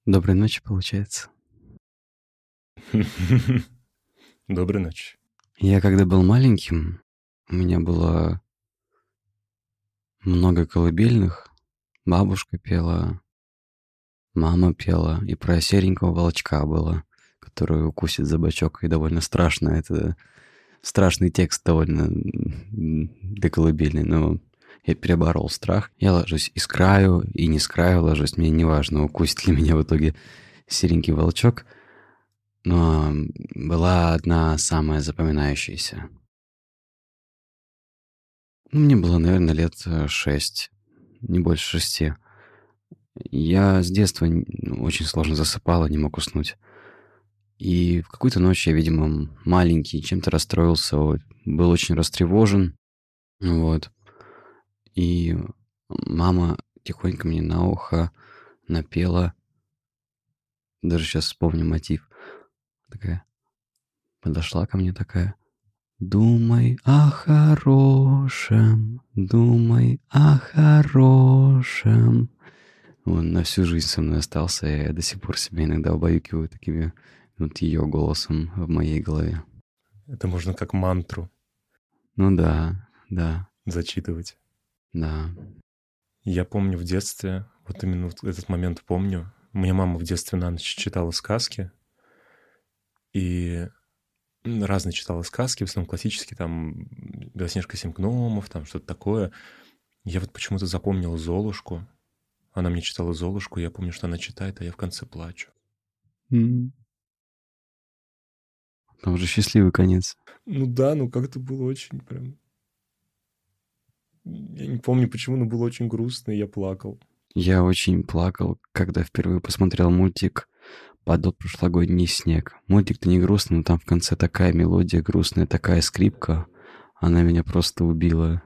Доброй ночи, получается. Доброй ночи. Я когда был маленьким, у меня было много колыбельных. Бабушка пела, мама пела, и про серенького волчка было, который укусит за бочок, и довольно страшно. Это страшный текст довольно для колыбельной, но я переборол страх. Я ложусь и с краю, и не с краю ложусь. Мне не важно, укусит ли меня в итоге серенький волчок. Но была одна самая запоминающаяся. Мне было, наверное, лет 6, не больше 6. Я с детства очень сложно засыпал и не мог уснуть. И в какую-то ночь я, видимо, маленький, чем-то расстроился, был очень растревожен. Вот. И мама тихонько мне на ухо напела, даже сейчас вспомню мотив, такая, подошла ко мне такая: «Думай о хорошем, думай о хорошем». Он на всю жизнь со мной остался, и я до сих пор себя иногда убаюкиваю такими вот ее голосом в моей голове. Это можно как мантру Ну да, да, зачитывать. да. Я помню в детстве, вот именно вот этот момент помню. Мне мама в детстве на ночь читала сказки, и разные читала сказки, в основном классические, там «Белоснежка и семь гномов», там что-то такое. Я вот почему-то запомнил «Золушку». Она мне читала «Золушку», я помню, что она читает, а я в конце плачу. Там уже счастливый конец. Ну да, ну как-то было очень прям... Я не помню почему, но было очень грустно, и я плакал. Я очень плакал, когда впервые посмотрел мультик «Падал прошлогодний снег». Мультик-то не грустный, но там в конце такая мелодия грустная, такая скрипка. Она меня просто убила.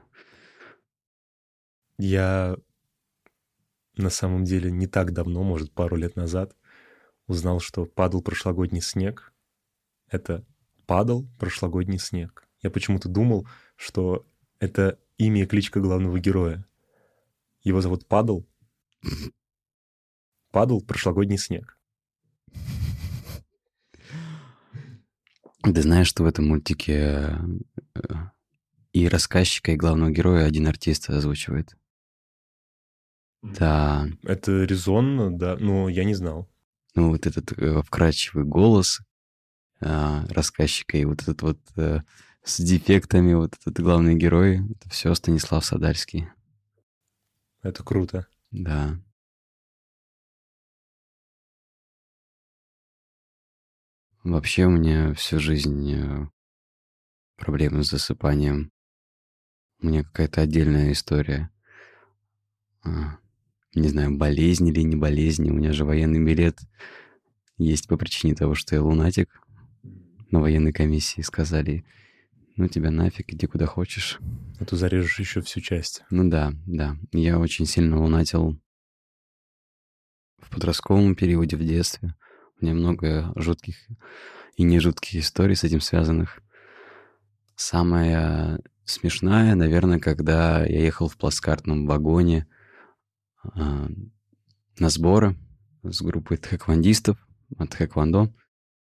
Я на самом деле не так давно, может, пару лет назад, узнал, что «Падал прошлогодний снег» — это «Падал прошлогодний снег». Я почему-то думал, что это имя и кличка главного героя. Его зовут Падал. Падал прошлогодний снег. Ты знаешь, что в этом мультике и рассказчика, и главного героя один артист озвучивает? Да. Это резонно, да, но я не знал. Ну, вот этот вкрадчивый голос рассказчика и вот этот вот с дефектами, вот этот главный герой, это все Станислав Садальский. Это круто. Да. Вообще у меня всю жизнь проблемы с засыпанием. У меня какая-то отдельная история. Не знаю, болезнь или не болезнь. У меня же военный билет есть по причине того, что я лунатик. На военной комиссии сказали: ну тебя нафиг, иди куда хочешь. А то зарежешь еще всю часть. Ну да, да. Я очень сильно лунатил в подростковом периоде, в детстве. У меня много жутких и не жутких историй с этим связанных. Самая смешная, наверное, когда я ехал в плацкартном вагоне на сборы с группой тхэквондистов от тхэквондо.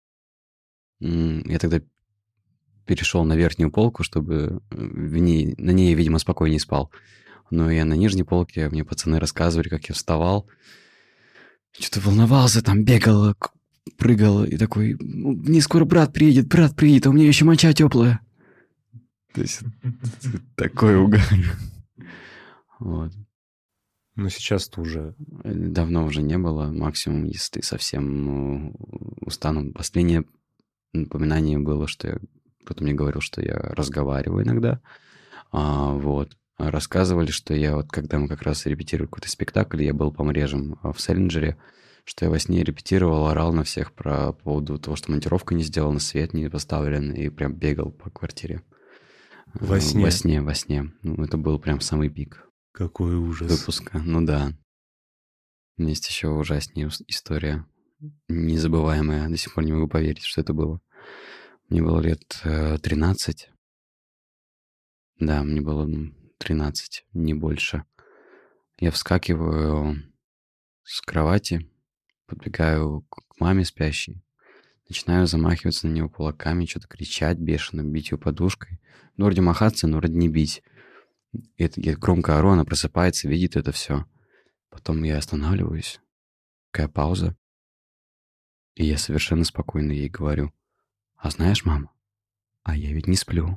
Я тогда перешел на верхнюю полку, чтобы на ней, видимо, спокойнее спал. Но я на нижней полке, мне пацаны рассказывали, как я вставал. Что-то волновался, там бегал, прыгал и такой: «Ну, мне скоро брат приедет, а у меня еще моча теплая». То есть такой угар. Вот. Но сейчас-то уже... Давно уже не было. Максимум, если совсем устану. Последнее напоминание было, что кто-то мне говорил, что я разговариваю иногда. Вот. Рассказывали, что я вот, когда мы как раз репетировали какой-то спектакль, я был помрежем в Селлинджере, что я во сне репетировал, орал на всех по поводу того, что монтировка не сделана, свет не поставлен, и прям бегал по квартире. Во сне? Во сне. Ну, это был прям самый пик. Какой ужас. Выпуска. Ну да. Есть еще ужаснее история. Незабываемая. До сих пор не могу поверить, что это было. Мне было лет 13. Да, мне было 13, не больше. Я вскакиваю с кровати, подбегаю к маме спящей, начинаю замахиваться на него кулаками, что-то кричать бешено, бить ее подушкой. Ну, вроде махаться, но вроде не бить. Я громко ору, она просыпается, видит это все. Потом я останавливаюсь, такая пауза, и я совершенно спокойно ей говорю: «А знаешь, мама, а я ведь не сплю».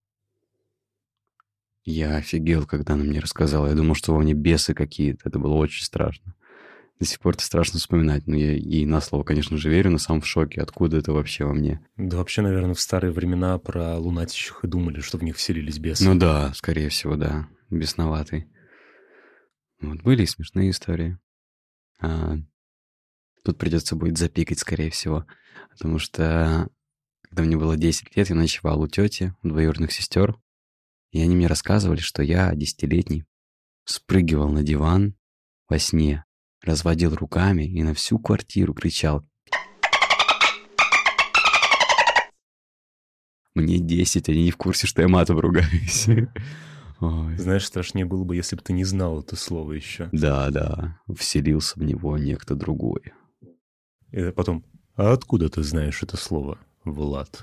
Я офигел, когда она мне рассказала. Я думал, что во мне бесы какие-то. Это было очень страшно. До сих пор это страшно вспоминать. Но я ей на слово, конечно же, верю, но сам в шоке. Откуда это вообще во мне? Да вообще, наверное, в старые времена про лунатищих и думали, что в них вселились бесы. Ну да, скорее всего, да. Бесноватый. Вот были и смешные истории. Тут придется будет запикать, скорее всего. Потому что, когда мне было 10 лет, я ночевал у тети, у двоюродных сестер. И они мне рассказывали, что я, 10-летний, спрыгивал на диван во сне, разводил руками и на всю квартиру кричал: «Мне 10, они не в курсе, что я матом ругаюсь». Ой. Знаешь, страшнее было бы, если бы ты не знал это слово еще. Да, вселился в него некто другой. И потом: а откуда ты знаешь это слово, Влад?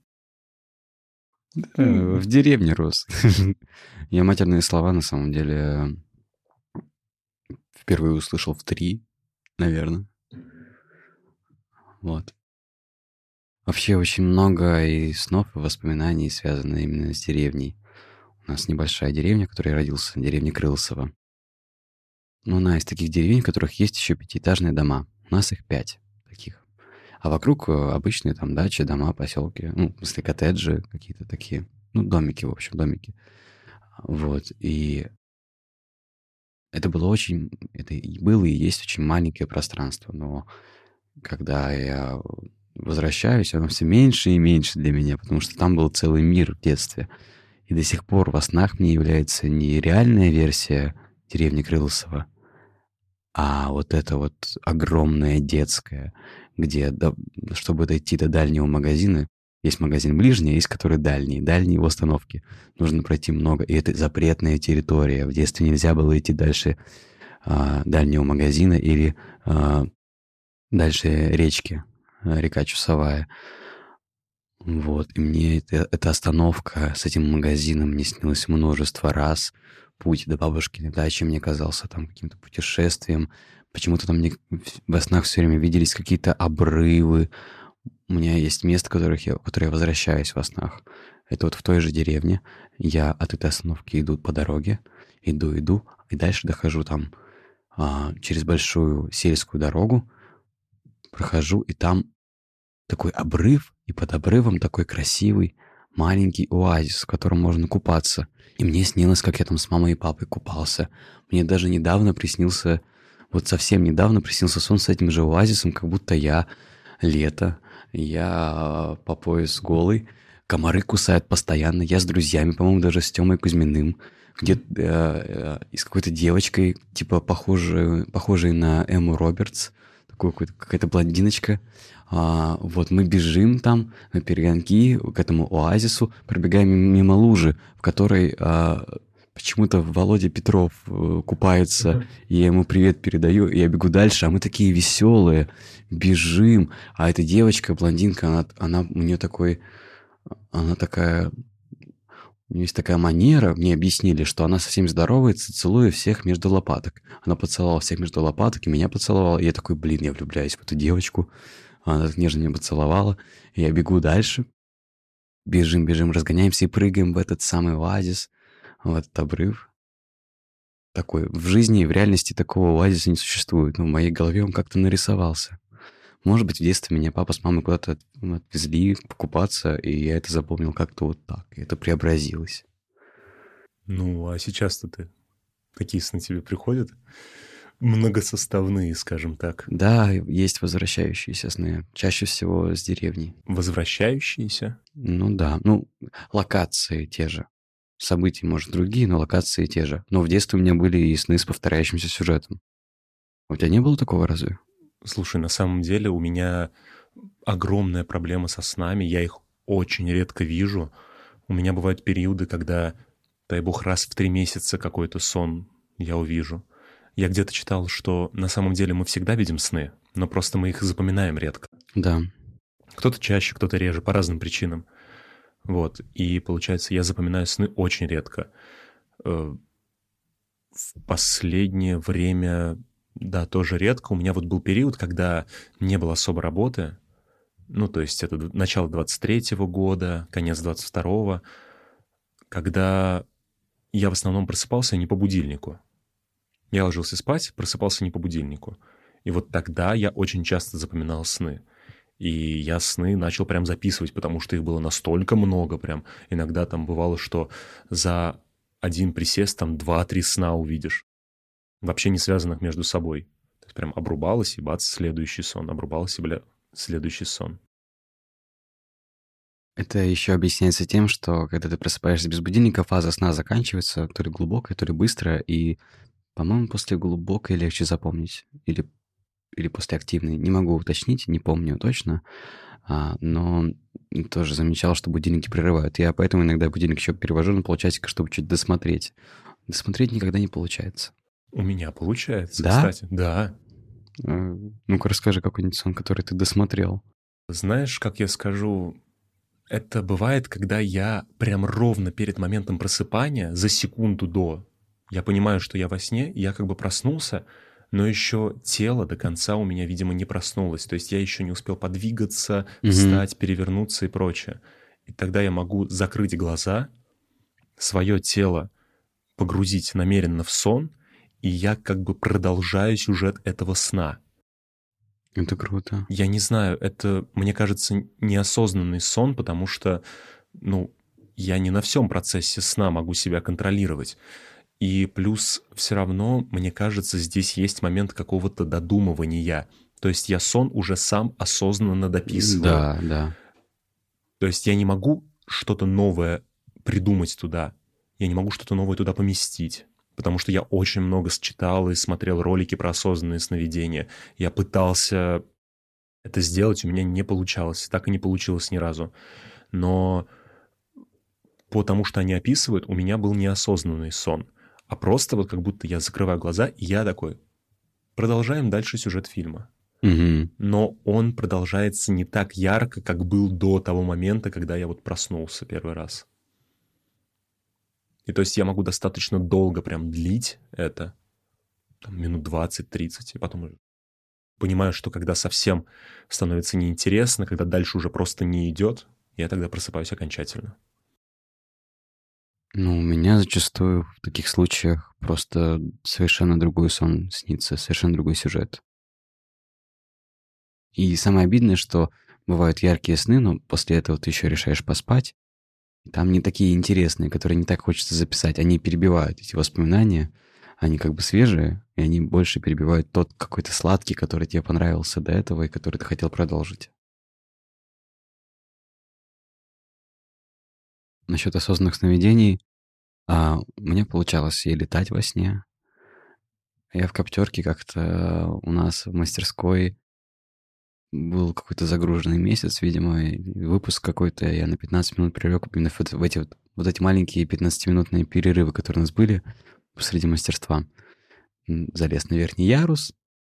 В деревне рос. Я матерные слова, на самом деле, впервые услышал в 3, наверное. Вот. Вообще очень много и снов, и воспоминаний связано именно с деревней. У нас небольшая деревня, в которой я родился, деревня Крылсово. Но она из таких деревень, в которых есть еще 5-этажные дома. У нас их 5 таких. А вокруг обычные там дачи, дома, поселки. Ну, в смысле, коттеджи какие-то такие. Ну, домики, в общем, домики. Вот. И это было и было и есть очень маленькое пространство. Но когда я возвращаюсь, оно все меньше и меньше для меня, потому что там был целый мир в детстве. И до сих пор во снах мне является не реальная версия деревни Крылсово, а вот это вот огромная детская, где, чтобы дойти до дальнего магазина, есть магазин ближний, а есть который дальний. Дальние его остановки. Нужно пройти много. И это запретная территория. В детстве нельзя было идти дальше дальнего магазина или дальше речки. Река Чусовая. Вот. И мне эта остановка с этим магазином мне снилось множество раз. Путь до бабушкиной дачи мне казался там каким-то путешествием. Почему-то там мне во снах все время виделись какие-то обрывы. У меня есть место, в которое я возвращаюсь во снах. Это вот в той же деревне. Я от этой остановки иду по дороге. Иду, и дальше дохожу там через большую сельскую дорогу. Прохожу, и там такой обрыв, и под обрывом такой красивый маленький оазис, в котором можно купаться. И мне снилось, как я там с мамой и папой купался. Мне даже недавно приснился, вот совсем недавно приснился сон с этим же оазисом, как будто лето, я по пояс голый, комары кусают постоянно, я с друзьями, по-моему, даже с Тёмой Кузьминым, где-то и с какой-то девочкой, типа похожей на Эмму Робертс, какая-то блондиночка. Вот мы бежим там на перегонки к этому оазису, пробегаем мимо лужи, в которой почему-то Володя Петров купается, и я ему привет передаю, и я бегу дальше, а мы такие веселые, бежим, а эта девочка, блондинка, у нее есть такая манера, мне объяснили, что она со всеми здоровается, целуя всех между лопаток. Она поцеловала всех между лопаток, и меня поцеловала, и я такой: блин, я влюбляюсь в эту девочку. Она так нежно меня поцеловала, и я бегу дальше. Бежим, разгоняемся и прыгаем в этот самый оазис, в этот обрыв. Такой. В жизни и в реальности такого оазиса не существует, но в моей голове он как-то нарисовался. Может быть, в детстве меня папа с мамой куда-то отвезли покупаться, и я это запомнил как-то вот так, и это преобразилось. Ну, а сейчас-то какие сны тебе приходят? Многосоставные, скажем так. Да, есть возвращающиеся сны. Чаще всего с деревни. Возвращающиеся? Ну да. Локации те же. События, может, другие, но локации те же. Но в детстве у меня были и сны с повторяющимся сюжетом. У тебя не было такого разве? Слушай, на самом деле у меня огромная проблема со снами. Я их очень редко вижу. У меня бывают периоды, когда, дай бог, раз в 3 месяца какой-то сон я увижу. Я где-то читал, что на самом деле мы всегда видим сны, но просто мы их запоминаем редко. Да. Кто-то чаще, кто-то реже, по разным причинам. Вот. И получается, я запоминаю сны очень редко. В последнее время, да, тоже редко. У меня вот был период, когда не было особо работы. Ну, то есть это начало 23-го года, конец 22-го, когда я в основном просыпался не по будильнику. Я ложился спать, просыпался не по будильнику. И вот тогда я очень часто запоминал сны. И я сны начал прям записывать, потому что их было настолько много прям. Иногда там бывало, что за один присест там 2-3 сна увидишь. Вообще не связанных между собой. То есть прям обрубалось, и бац, следующий сон. Обрубалось, и, следующий сон. Это еще объясняется тем, что когда ты просыпаешься без будильника, фаза сна заканчивается, то ли глубокая, то ли быстрая, и, по-моему, после глубокой легче запомнить. Или после активной. Не могу уточнить, не помню точно, но тоже замечал, что будильники прерывают. Я поэтому иногда будильник еще перевожу на полчасика, чтобы чуть досмотреть. Досмотреть никогда не получается. У меня получается, да? Кстати. Да. Ну-ка расскажи какой-нибудь сон, который ты досмотрел. Знаешь, как я скажу, это бывает, когда я прям ровно перед моментом просыпания, за секунду до, я понимаю, что я во сне, я как бы проснулся, но еще тело до конца у меня, видимо, не проснулось. То есть я еще не успел подвигаться, встать, перевернуться и прочее. И тогда я могу закрыть глаза, свое тело погрузить намеренно в сон, и я как бы продолжаю сюжет этого сна. Это круто. Я не знаю, это, мне кажется, неосознанный сон, потому что, я не на всем процессе сна могу себя контролировать. И плюс все равно, мне кажется, здесь есть момент какого-то додумывания. То есть я сон уже сам осознанно дописываю. Да. То есть я не могу что-то новое придумать туда. Я не могу что-то новое туда поместить. Потому что я очень много читал и смотрел ролики про осознанные сновидения. Я пытался это сделать, у меня не получалось. Так и не получилось ни разу. Но потому что они описывают, у меня был неосознанный сон. А просто вот как будто я закрываю глаза, и я такой, продолжаем дальше сюжет фильма. Но он продолжается не так ярко, как был до того момента, когда я вот проснулся первый раз. И то есть я могу достаточно долго прям длить это, там, минут 20-30, и потом уже понимаю, что когда совсем становится неинтересно, когда дальше уже просто не идет, я тогда просыпаюсь окончательно. У меня зачастую в таких случаях просто совершенно другой сон снится, совершенно другой сюжет. И самое обидное, что бывают яркие сны, но после этого ты еще решаешь поспать. Там не такие интересные, которые не так хочется записать. Они перебивают эти воспоминания. Они как бы свежие, и они больше перебивают тот какой-то сладкий, который тебе понравился до этого и который ты хотел продолжить. Насчет осознанных сновидений. У меня получалось и летать во сне. Я в Коптерке как-то у нас в мастерской был какой-то загруженный месяц, видимо, выпуск какой-то. Я на 15 минут прилег именно в эти маленькие 15-минутные перерывы, которые у нас были посреди мастерства. Залез на верхний ярус,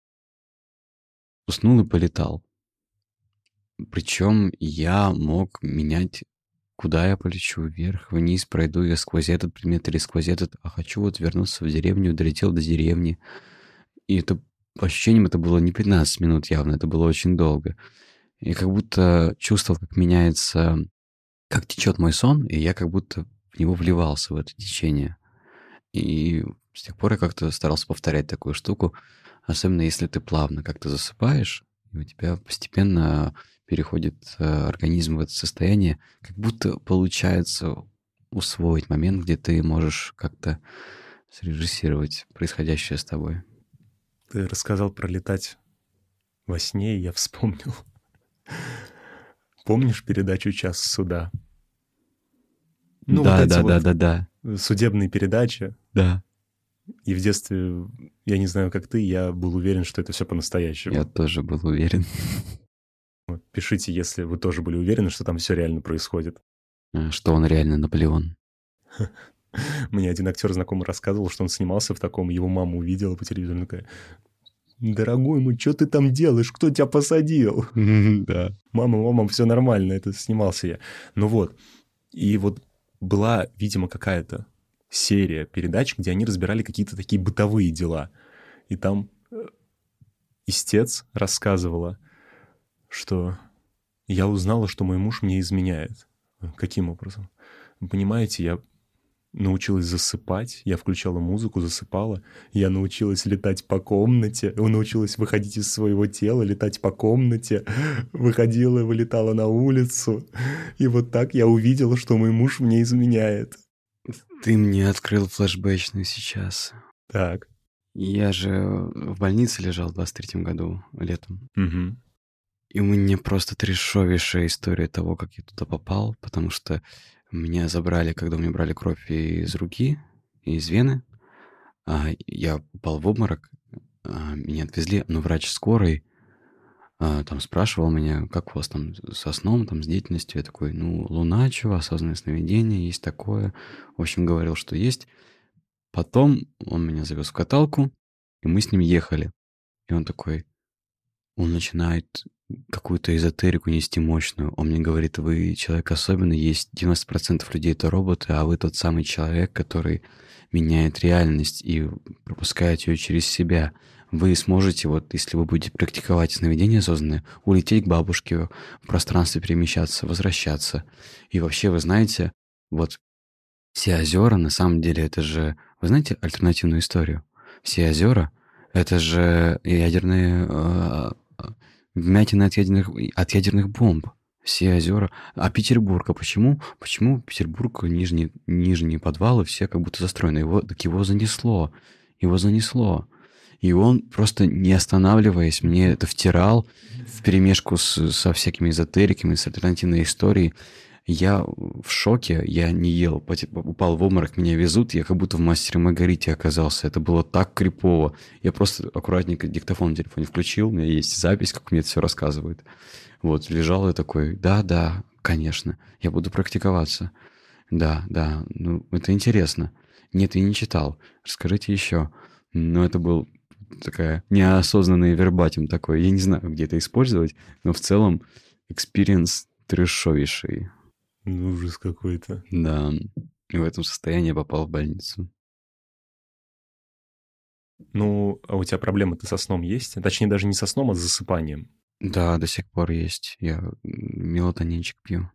уснул и полетал. Причем я мог менять, куда я полечу, вверх, вниз, пройду я сквозь этот предмет или сквозь этот, а хочу вот вернуться в деревню, долетел до деревни. И это, по ощущениям, это было не 15 минут явно, это было очень долго. И как будто чувствовал, как меняется, как течет мой сон, и я как будто в него вливался, в это течение. И с тех пор я как-то старался повторять такую штуку, особенно если ты плавно как-то засыпаешь, и у тебя постепенно переходит организм в это состояние, как будто получается усвоить момент, где ты можешь как-то срежиссировать происходящее с тобой. Ты рассказал про летать во сне, и я вспомнил. Помнишь передачу «Час суда»? Да. Судебные передачи. Да. И в детстве, я не знаю, как ты, я был уверен, что это все по-настоящему. Я тоже был уверен. Пишите, если вы тоже были уверены, что там все реально происходит. Что он реально Наполеон. Мне один актер знакомый рассказывал, что он снимался в таком, его мама увидела по телевизору, такая: дорогой мой, что ты там делаешь? Кто тебя посадил? Да. Мама, все нормально, это снимался я. Ну вот, и вот была, видимо, какая-то серия передач, где они разбирали какие-то такие бытовые дела. И там истец рассказывала, что я узнала, что мой муж мне изменяет. Каким образом? Вы понимаете, я научилась засыпать, я включала музыку, засыпала, я научилась летать по комнате, научилась выходить из своего тела, летать по комнате, выходила и вылетала на улицу, и вот так я увидела, что мой муж мне изменяет. Ты мне открыл флешбэчный сейчас. Так. Я же в больнице лежал в 23-м году летом. Угу. И у меня просто трешовейшая история того, как я туда попал, потому что меня забрали, когда у меня брали кровь из руки, из вены. Я упал в обморок, меня отвезли, но врач скорой там спрашивал меня, как у вас там со сном, там, с деятельностью. Я такой, ну, луначу, осознанное сновидение, есть такое. В общем, говорил, что есть. Потом он меня завез в каталку, и мы с ним ехали. И он такой, он начинает какую-то эзотерику нести мощную. Он мне говорит, вы человек особенный, есть 90% людей это роботы, а вы тот самый человек, который меняет реальность и пропускает ее через себя. Вы сможете, вот если вы будете практиковать сновидение осознанное, улететь к бабушке, в пространстве перемещаться, возвращаться. И вообще, вы знаете, вот все озера, на самом деле, это же... Вы знаете альтернативную историю? Все озера — это же ядерные... вмятины от ядерных бомб. Все озера. А Петербург, а почему? Почему Петербург, нижние подвалы, все как будто застроены? Так его занесло. Его занесло. И он просто, не останавливаясь, мне это втирал вперемешку со всякими эзотериками, с альтернативной историей. Я в шоке, я не ел, упал в обморок, меня везут, я как будто в «Мастере и Маргарите» оказался. Это было так крипово. Я просто аккуратненько диктофон на телефоне включил, у меня есть запись, как мне это все рассказывают. Вот, лежал я такой, да, конечно, я буду практиковаться. Да, ну, это интересно. Нет, я не читал. Расскажите еще. Но это был такая неосознанный вербатим такой. Я не знаю, где это использовать, но в целом экспириенс трешовейший. Ужас какой-то. Да, и в этом состоянии я попал в больницу. Ну, а у тебя проблемы-то со сном есть? Точнее, даже не со сном, а с засыпанием. Да, до сих пор есть. Я мелатонинчик пью.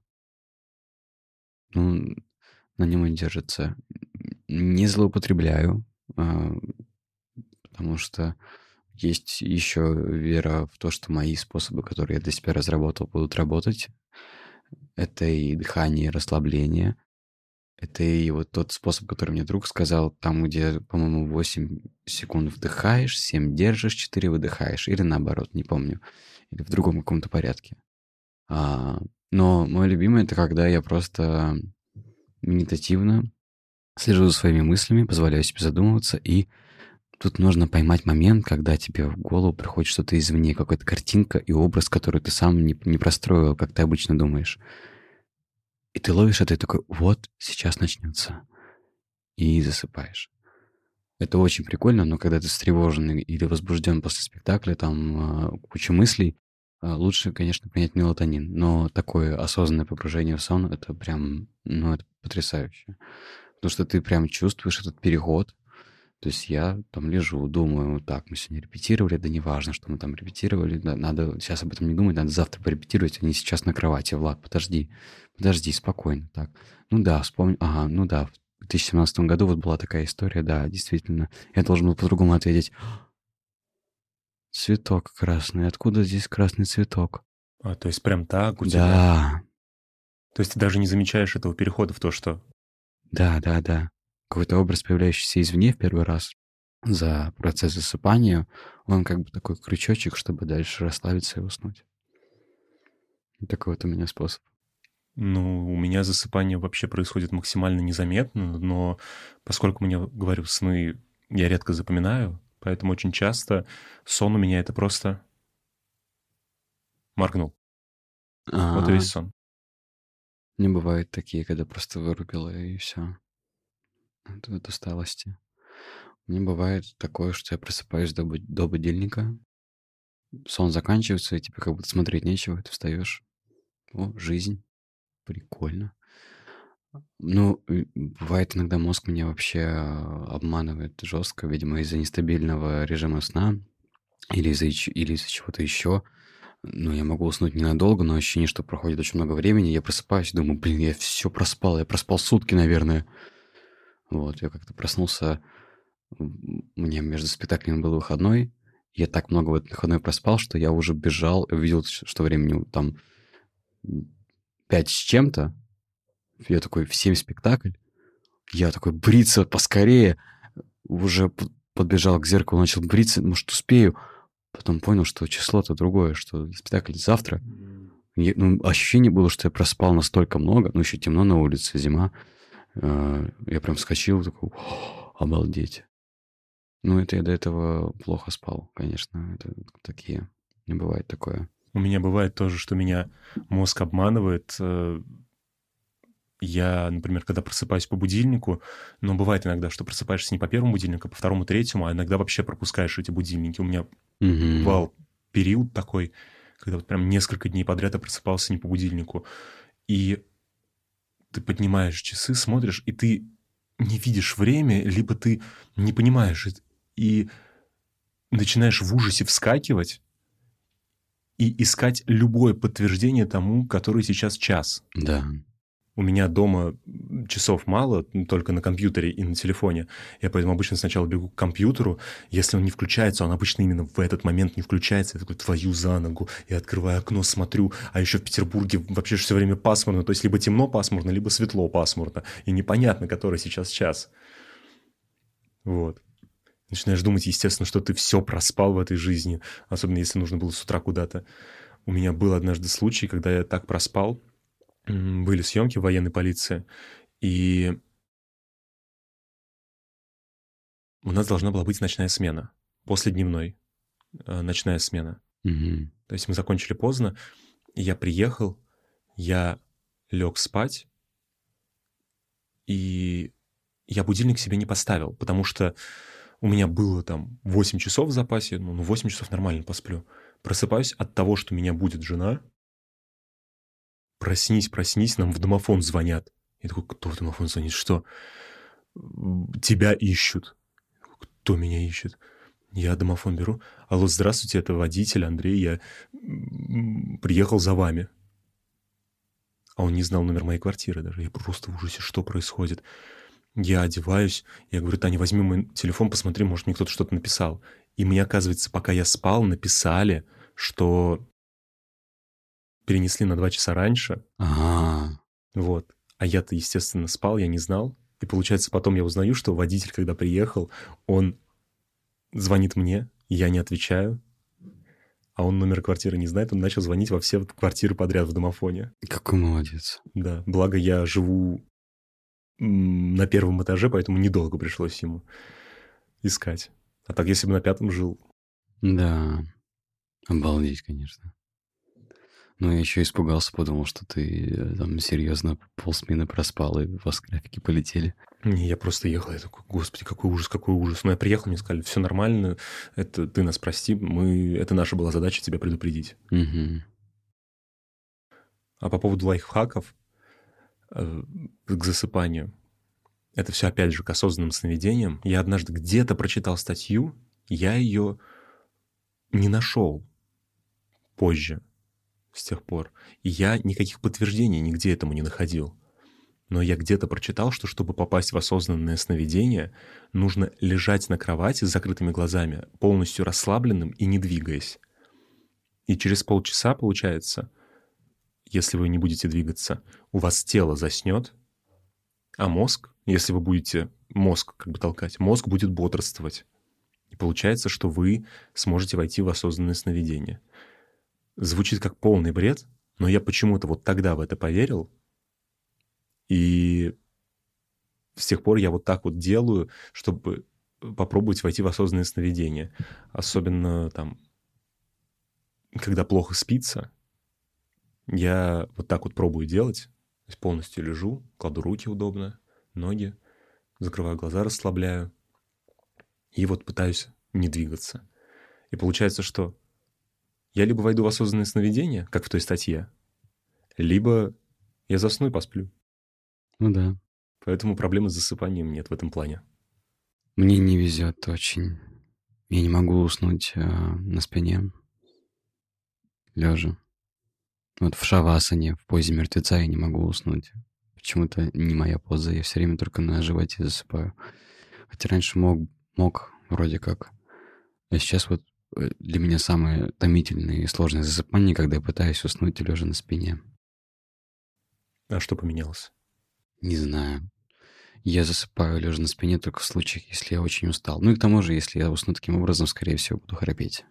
Ну, на нем он держится. Не злоупотребляю, потому что есть еще вера в то, что мои способы, которые я для себя разработал, будут работать. Это и дыхание, и расслабление. Это и вот тот способ, который мне друг сказал, там, где, по-моему, 8 секунд вдыхаешь, 7 держишь, 4 выдыхаешь. Или наоборот, не помню. Или в другом каком-то порядке. Но мой любимый — это когда я просто медитативно слежу за своими мыслями, позволяю себе задумываться, и тут нужно поймать момент, когда тебе в голову приходит что-то извне, какая-то картинка и образ, который ты сам не простроил, как ты обычно думаешь. И ты ловишь это и такой, вот, сейчас начнется. И засыпаешь. Это очень прикольно, но когда ты встревоженный или возбужден после спектакля, там куча мыслей, лучше, конечно, принять мелатонин. Но такое осознанное погружение в сон, это прям, ну, это потрясающе. Потому что ты прям чувствуешь этот переход. То есть я там лежу, думаю, так, мы сегодня репетировали, да неважно, что мы там репетировали, да, надо сейчас об этом не думать, надо завтра порепетировать, а не сейчас на кровати. Влад, подожди, спокойно, так. Ну да, вспомни, ага, ну да, в 2017 году вот была такая история, да, действительно, я должен был по-другому ответить. Цветок красный, откуда здесь красный цветок? То есть прям так у тебя? Да, То есть ты даже не замечаешь этого перехода в то, что... да. Какой-то образ, появляющийся извне в первый раз за процесс засыпания, он как бы такой крючочек, чтобы дальше расслабиться и уснуть. Такой вот у меня способ. Ну, у меня засыпание вообще происходит максимально незаметно, но поскольку мне, говорю, сны я редко запоминаю, поэтому очень часто сон у меня это просто моргнул. Вот и А, весь сон. не бывают такие, когда просто вырубило и все. от усталости. У меня бывает такое, что я просыпаюсь до будильника, сон заканчивается, и тебе как будто смотреть нечего, ты встаешь. О, жизнь, прикольно. Ну, бывает иногда мозг меня вообще обманывает жестко, видимо, из-за нестабильного режима сна или из-за чего-то еще. Ну, я могу уснуть ненадолго, но ощущение, что проходит очень много времени. Я просыпаюсь и думаю, блин, я все проспал. Я проспал сутки, наверное. Вот, я как-то проснулся. У меня между спектаклями был выходной. Я так много в этот выходной проспал, что я уже бежал, увидел, что времени там 5 с чем-то. Я такой, в 7 спектакль. Я такой, бриться поскорее. Уже подбежал к зеркалу, начал бриться. Может, успею. Потом понял, что число-то другое, что спектакль завтра. Ощущение было, что я проспал настолько много. Ну, еще темно на улице, зима. Я прям вскочил, такой, обалдеть. Ну, это я до этого плохо спал, конечно. Это такие... Не бывает такое. У меня бывает тоже, что меня мозг обманывает. Я, например, когда просыпаюсь по будильнику, но бывает иногда, что просыпаешься не по первому будильнику, а по второму, третьему, а иногда вообще пропускаешь эти будильники. У меня бывал период такой, когда вот прям несколько дней подряд я просыпался не по будильнику. И ты поднимаешь часы, смотришь, и ты не видишь время, либо ты не понимаешь, и начинаешь в ужасе вскакивать и искать любое подтверждение тому, который сейчас час. Да. У меня дома часов мало, только на компьютере и на телефоне. Я поэтому обычно сначала бегу к компьютеру. Если он не включается, он обычно именно в этот момент не включается. Я такой, твою за ногу. Я открываю окно, смотрю. А еще в Петербурге вообще все время пасмурно. То есть либо темно пасмурно, либо светло пасмурно. И непонятно, который сейчас час. Вот. Начинаешь думать, естественно, что ты все проспал в этой жизни. Особенно если нужно было с утра куда-то. У меня был однажды случай, когда я так проспал. Были съемки в военной полиции, и у нас должна была быть ночная смена, после дневной ночная смена. То есть мы закончили поздно, и я приехал, я лег спать, и я будильник себе не поставил, потому что у меня было там 8 часов в запасе, 8 часов нормально посплю. Просыпаюсь от того, что меня будет жена. Проснись, нам в домофон звонят. Я такой, кто в домофон звонит? Что? Тебя ищут. Кто меня ищет? Я домофон беру. Алло, здравствуйте, это водитель Андрей, я приехал за вами. А он не знал номер моей квартиры даже. Я просто в ужасе, что происходит. Я одеваюсь, я говорю, Таня, возьми мой телефон, посмотри, может, мне кто-то что-то написал. И мне, оказывается, пока я спал, написали, что перенесли на 2 часа раньше. Вот. А я-то, естественно, спал, я не знал. И получается, потом я узнаю, что водитель, когда приехал, он звонит мне, я не отвечаю, а он номер квартиры не знает, он начал звонить во все квартиры подряд в домофоне. Какой молодец. Да, благо я живу на 1 этаже, поэтому недолго пришлось ему искать. А так, если бы на 5 жил... Да, обалдеть, конечно. Но я еще испугался, подумал, что ты там серьезно полсмены проспал, и у вас графики полетели. Не, я просто ехал, я такой, господи, какой ужас, какой ужас. Но я приехал, мне сказали, все нормально, это ты нас прости, это наша была задача тебя предупредить. А по поводу лайфхаков к засыпанию, это все опять же к осознанным сновидениям. Я однажды где-то прочитал статью, я ее не нашел позже, с тех пор. И я никаких подтверждений нигде этому не находил. Но я где-то прочитал, что чтобы попасть в осознанное сновидение, нужно лежать на кровати с закрытыми глазами, полностью расслабленным и не двигаясь. И через полчаса, получается, если вы не будете двигаться, у вас тело заснет, а мозг, если вы будете мозг как бы толкать, мозг будет бодрствовать. И получается, что вы сможете войти в осознанное сновидение. Звучит как полный бред, но я почему-то вот тогда в это поверил, и с тех пор я вот так вот делаю, чтобы попробовать войти в осознанное сновидение. Особенно там, когда плохо спится, я вот так вот пробую делать. То есть полностью лежу, кладу руки удобно, ноги, закрываю глаза, расслабляю. И вот пытаюсь не двигаться. И получается, что я либо войду в осознанное сновидение, как в той статье, либо я засну и посплю. Ну да. Поэтому проблемы с засыпанием нет в этом плане. Мне не везет очень. Я не могу уснуть на спине, лежа. Вот в шавасане, в позе мертвеца я не могу уснуть. Почему-то не моя поза. Я все время только на животе засыпаю. Хотя раньше мог вроде как. А сейчас вот для меня самое томительное и сложное засыпание, когда я пытаюсь уснуть лежа на спине. А что поменялось? Не знаю. Я засыпаю лежа на спине только в случаях, если я очень устал. Ну и к тому же, если я усну таким образом, скорее всего, буду храпеть.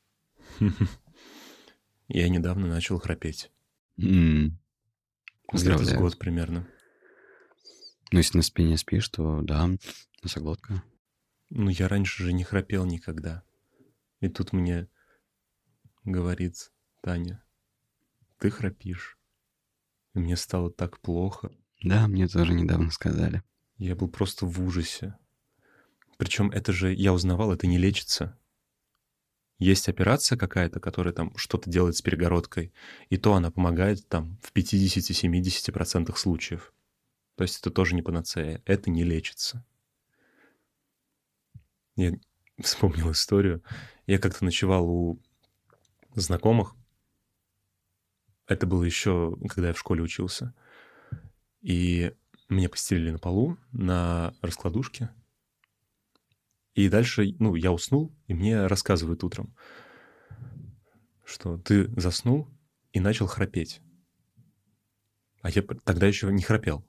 Я недавно начал храпеть. Где-то Где-то с год примерно. Ну, если на спине спишь, то да, носоглотка. Ну, я раньше же не храпел никогда. И тут мне говорит Таня, ты храпишь. И мне стало так плохо. Да, мне тоже недавно сказали. Я был просто в ужасе. Причем это же, я узнавал, это не лечится. Есть операция какая-то, которая там что-то делает с перегородкой, и то она помогает там в 50-70% случаев. То есть это тоже не панацея, это не лечится. Я вспомнил историю. Я как-то ночевал у знакомых. Это было еще, когда я в школе учился. И меня постелили на полу, на раскладушке. И дальше, ну, я уснул, и мне рассказывают утром, что ты заснул и начал храпеть. А я тогда еще не храпел.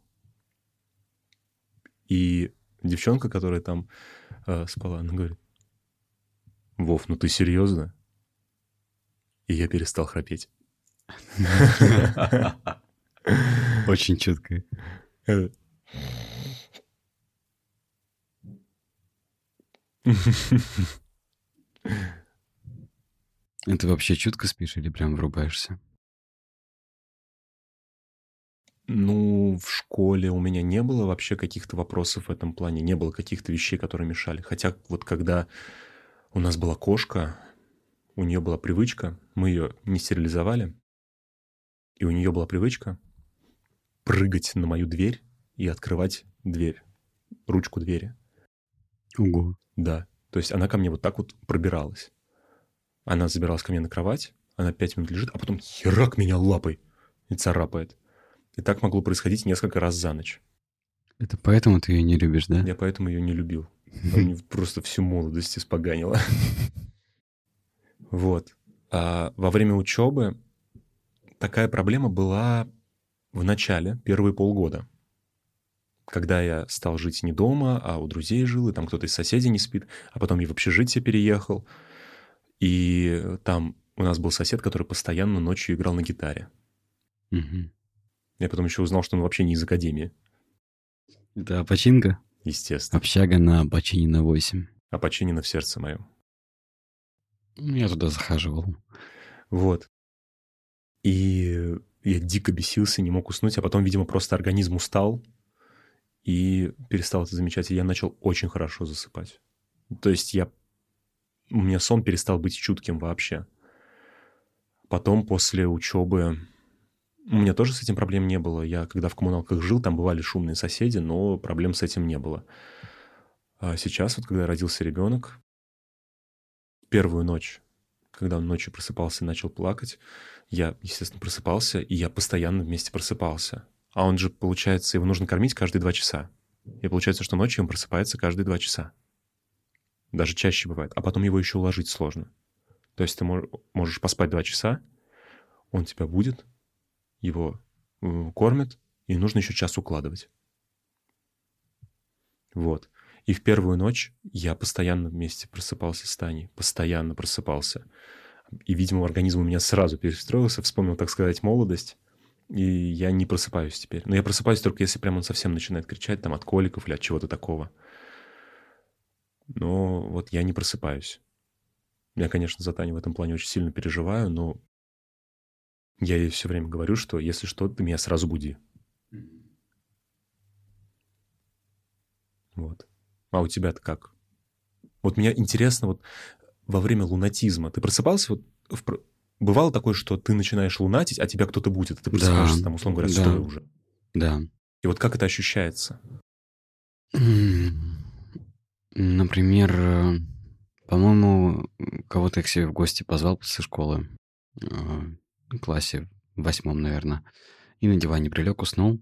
И девчонка, которая там спала, она говорит, Вов, ну ты серьезно? И я перестал храпеть. Очень чутко. Ты вообще чутко спишь или прям врубаешься? Ну, в школе у меня не было вообще каких-то вопросов в этом плане, не было каких-то вещей, которые мешали. Хотя вот когда у нас была кошка, у нее была привычка, мы ее не стерилизовали, и у нее была привычка прыгать на мою дверь и открывать дверь, ручку двери. Ого. Да, то есть она ко мне вот так вот пробиралась. Она забиралась ко мне на кровать, она 5 минут лежит, а потом херак меня лапой и царапает. И так могло происходить несколько раз за ночь. Это поэтому ты ее не любишь, да? Я поэтому ее не любил. Она мне просто всю молодость испоганила. Вот. А во время учебы такая проблема была в начале, первые полгода. Когда я стал жить не дома, а у друзей жил, и там кто-то из соседей не спит, а потом я в общежитие переехал, и там у нас был сосед, который постоянно ночью играл на гитаре. Угу. Я потом еще узнал, что он вообще не из академии. Это Апочинка? Естественно. Общага на Апочинина 8. Апочинина в сердце моем. Я туда захаживал. Вот. И я дико бесился, не мог уснуть, а потом, видимо, просто организм устал и перестал это замечать, и я начал очень хорошо засыпать. То есть у меня сон перестал быть чутким вообще. Потом, после учебы, у меня тоже с этим проблем не было. Я, когда в коммуналках жил, там бывали шумные соседи, но проблем с этим не было. А сейчас, вот когда родился ребенок, первую ночь, когда он ночью просыпался и начал плакать, я, естественно, просыпался, и я постоянно вместе просыпался. А он же, получается, его нужно кормить каждые 2 часа. И получается, что ночью он просыпается каждые 2 часа. Даже чаще бывает. А потом его еще уложить сложно. То есть ты можешь поспать 2 часа, он тебя будет, его кормят, и нужно еще час укладывать. Вот. И в первую ночь я постоянно вместе просыпался с Таней. Постоянно просыпался. И, видимо, организм у меня сразу перестроился, вспомнил, так сказать, молодость. И я не просыпаюсь теперь. Но я просыпаюсь только если прям он совсем начинает кричать, там, от коликов или от чего-то такого. Но вот я не просыпаюсь. Я, конечно, за Таню в этом плане очень сильно переживаю, но я ей все время говорю, что если что, ты меня сразу буди. Вот. А у тебя-то как? Вот мне интересно, вот во время лунатизма ты просыпался вот... Бывало такое, что ты начинаешь лунатить, а тебя кто-то будет, а ты Да, просыпаешься там, условно говоря, да, стоя уже. да. И вот как это ощущается? Например, по-моему, кого-то я к себе в гости позвал после школы, в классе в 8, наверное, и на диване прилег, уснул.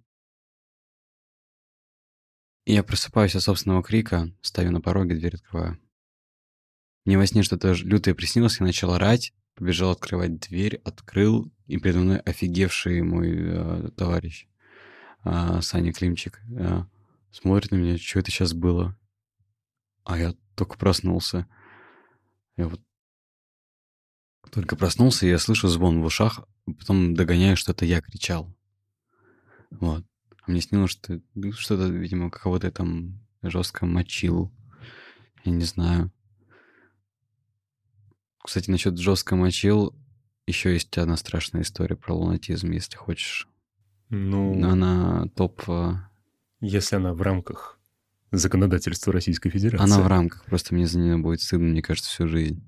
И я просыпаюсь от собственного крика, стою на пороге, дверь открываю. Мне во сне что-то лютое приснилось, я начал орать, побежал открывать дверь, открыл, и передо мной офигевший мой товарищ, Саня Климчик, смотрит на меня, что это сейчас было. А я только проснулся. Я вот только проснулся, и я слышу звон в ушах, а потом догоняю, что это я кричал. Вот. А мне снилось, что что-то, видимо, кого-то я там жестко мочил. Я не знаю. Кстати, насчет жестко мочил, еще есть одна страшная история про лунатизм, если хочешь. Ну, Она топ... если она в рамках законодательства Российской Федерации. Она в рамках, просто мне за нее будет стыдно, мне кажется, всю жизнь.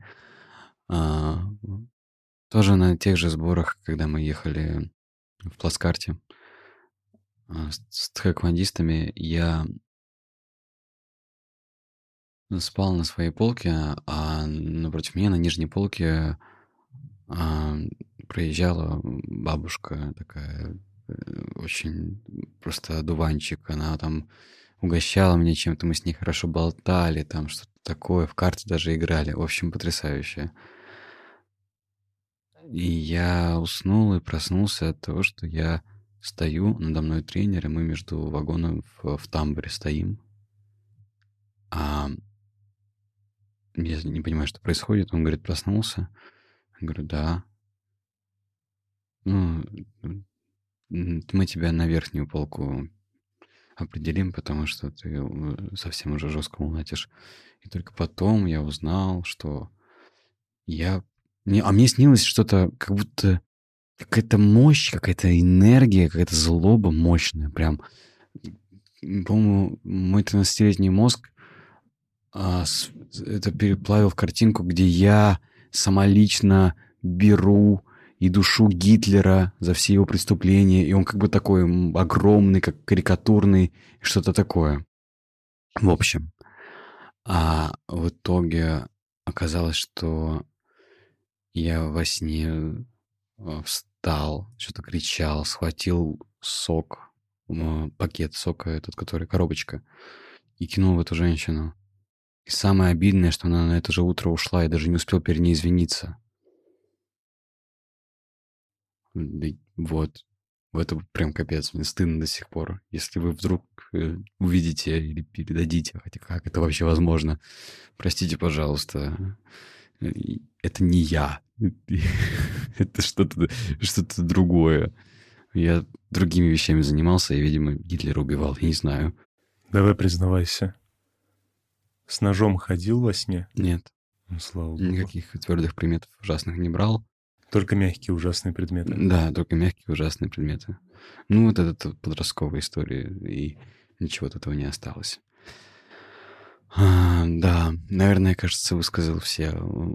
Тоже на тех же сборах, когда мы ехали в плацкарте с тхэквондистами, я спал на своей полке, а напротив меня на нижней полке проезжала бабушка такая, очень просто одуванчик. Она там угощала меня чем-то, мы с ней хорошо болтали, там что-то такое, в карты даже играли. В общем, потрясающе. И я уснул и проснулся от того, что я стою, надо мной тренер, и мы между вагоном в тамбуре стоим. А я не понимаю, что происходит. Он говорит, проснулся? Я говорю, да. Ну, мы тебя на верхнюю полку определим, потому что ты совсем уже жестко лунатишь. И только потом я узнал, что мне снилось что-то, как будто какая-то мощь, какая-то энергия, какая-то злоба мощная. Прям, по-моему, мой 13-летний мозг это переплавил в картинку, где я самолично беру и душу Гитлера за все его преступления, и он как бы такой огромный, как карикатурный, что-то такое. В общем, а в итоге оказалось, что я во сне встал, что-то кричал, схватил сок, пакет сока, этот, который коробочка, и кинул в эту женщину. И самое обидное, что она на это же утро ушла и даже не успел перед ней извиниться. Вот. Это прям капец. Мне стыдно до сих пор. Если вы вдруг увидите или передадите, хотя как это вообще возможно, простите, пожалуйста. Это не я. Это что-то другое. Я другими вещами занимался, и, видимо, Гитлера убивал. Я не знаю. Давай признавайся. С ножом ходил во сне? Нет. Ну, слава богу. Никаких твердых предметов ужасных не брал. Только мягкие ужасные предметы. Да, только мягкие ужасные предметы. Ну, вот это подростковая история, и ничего от этого не осталось. Да, наверное, кажется, высказал все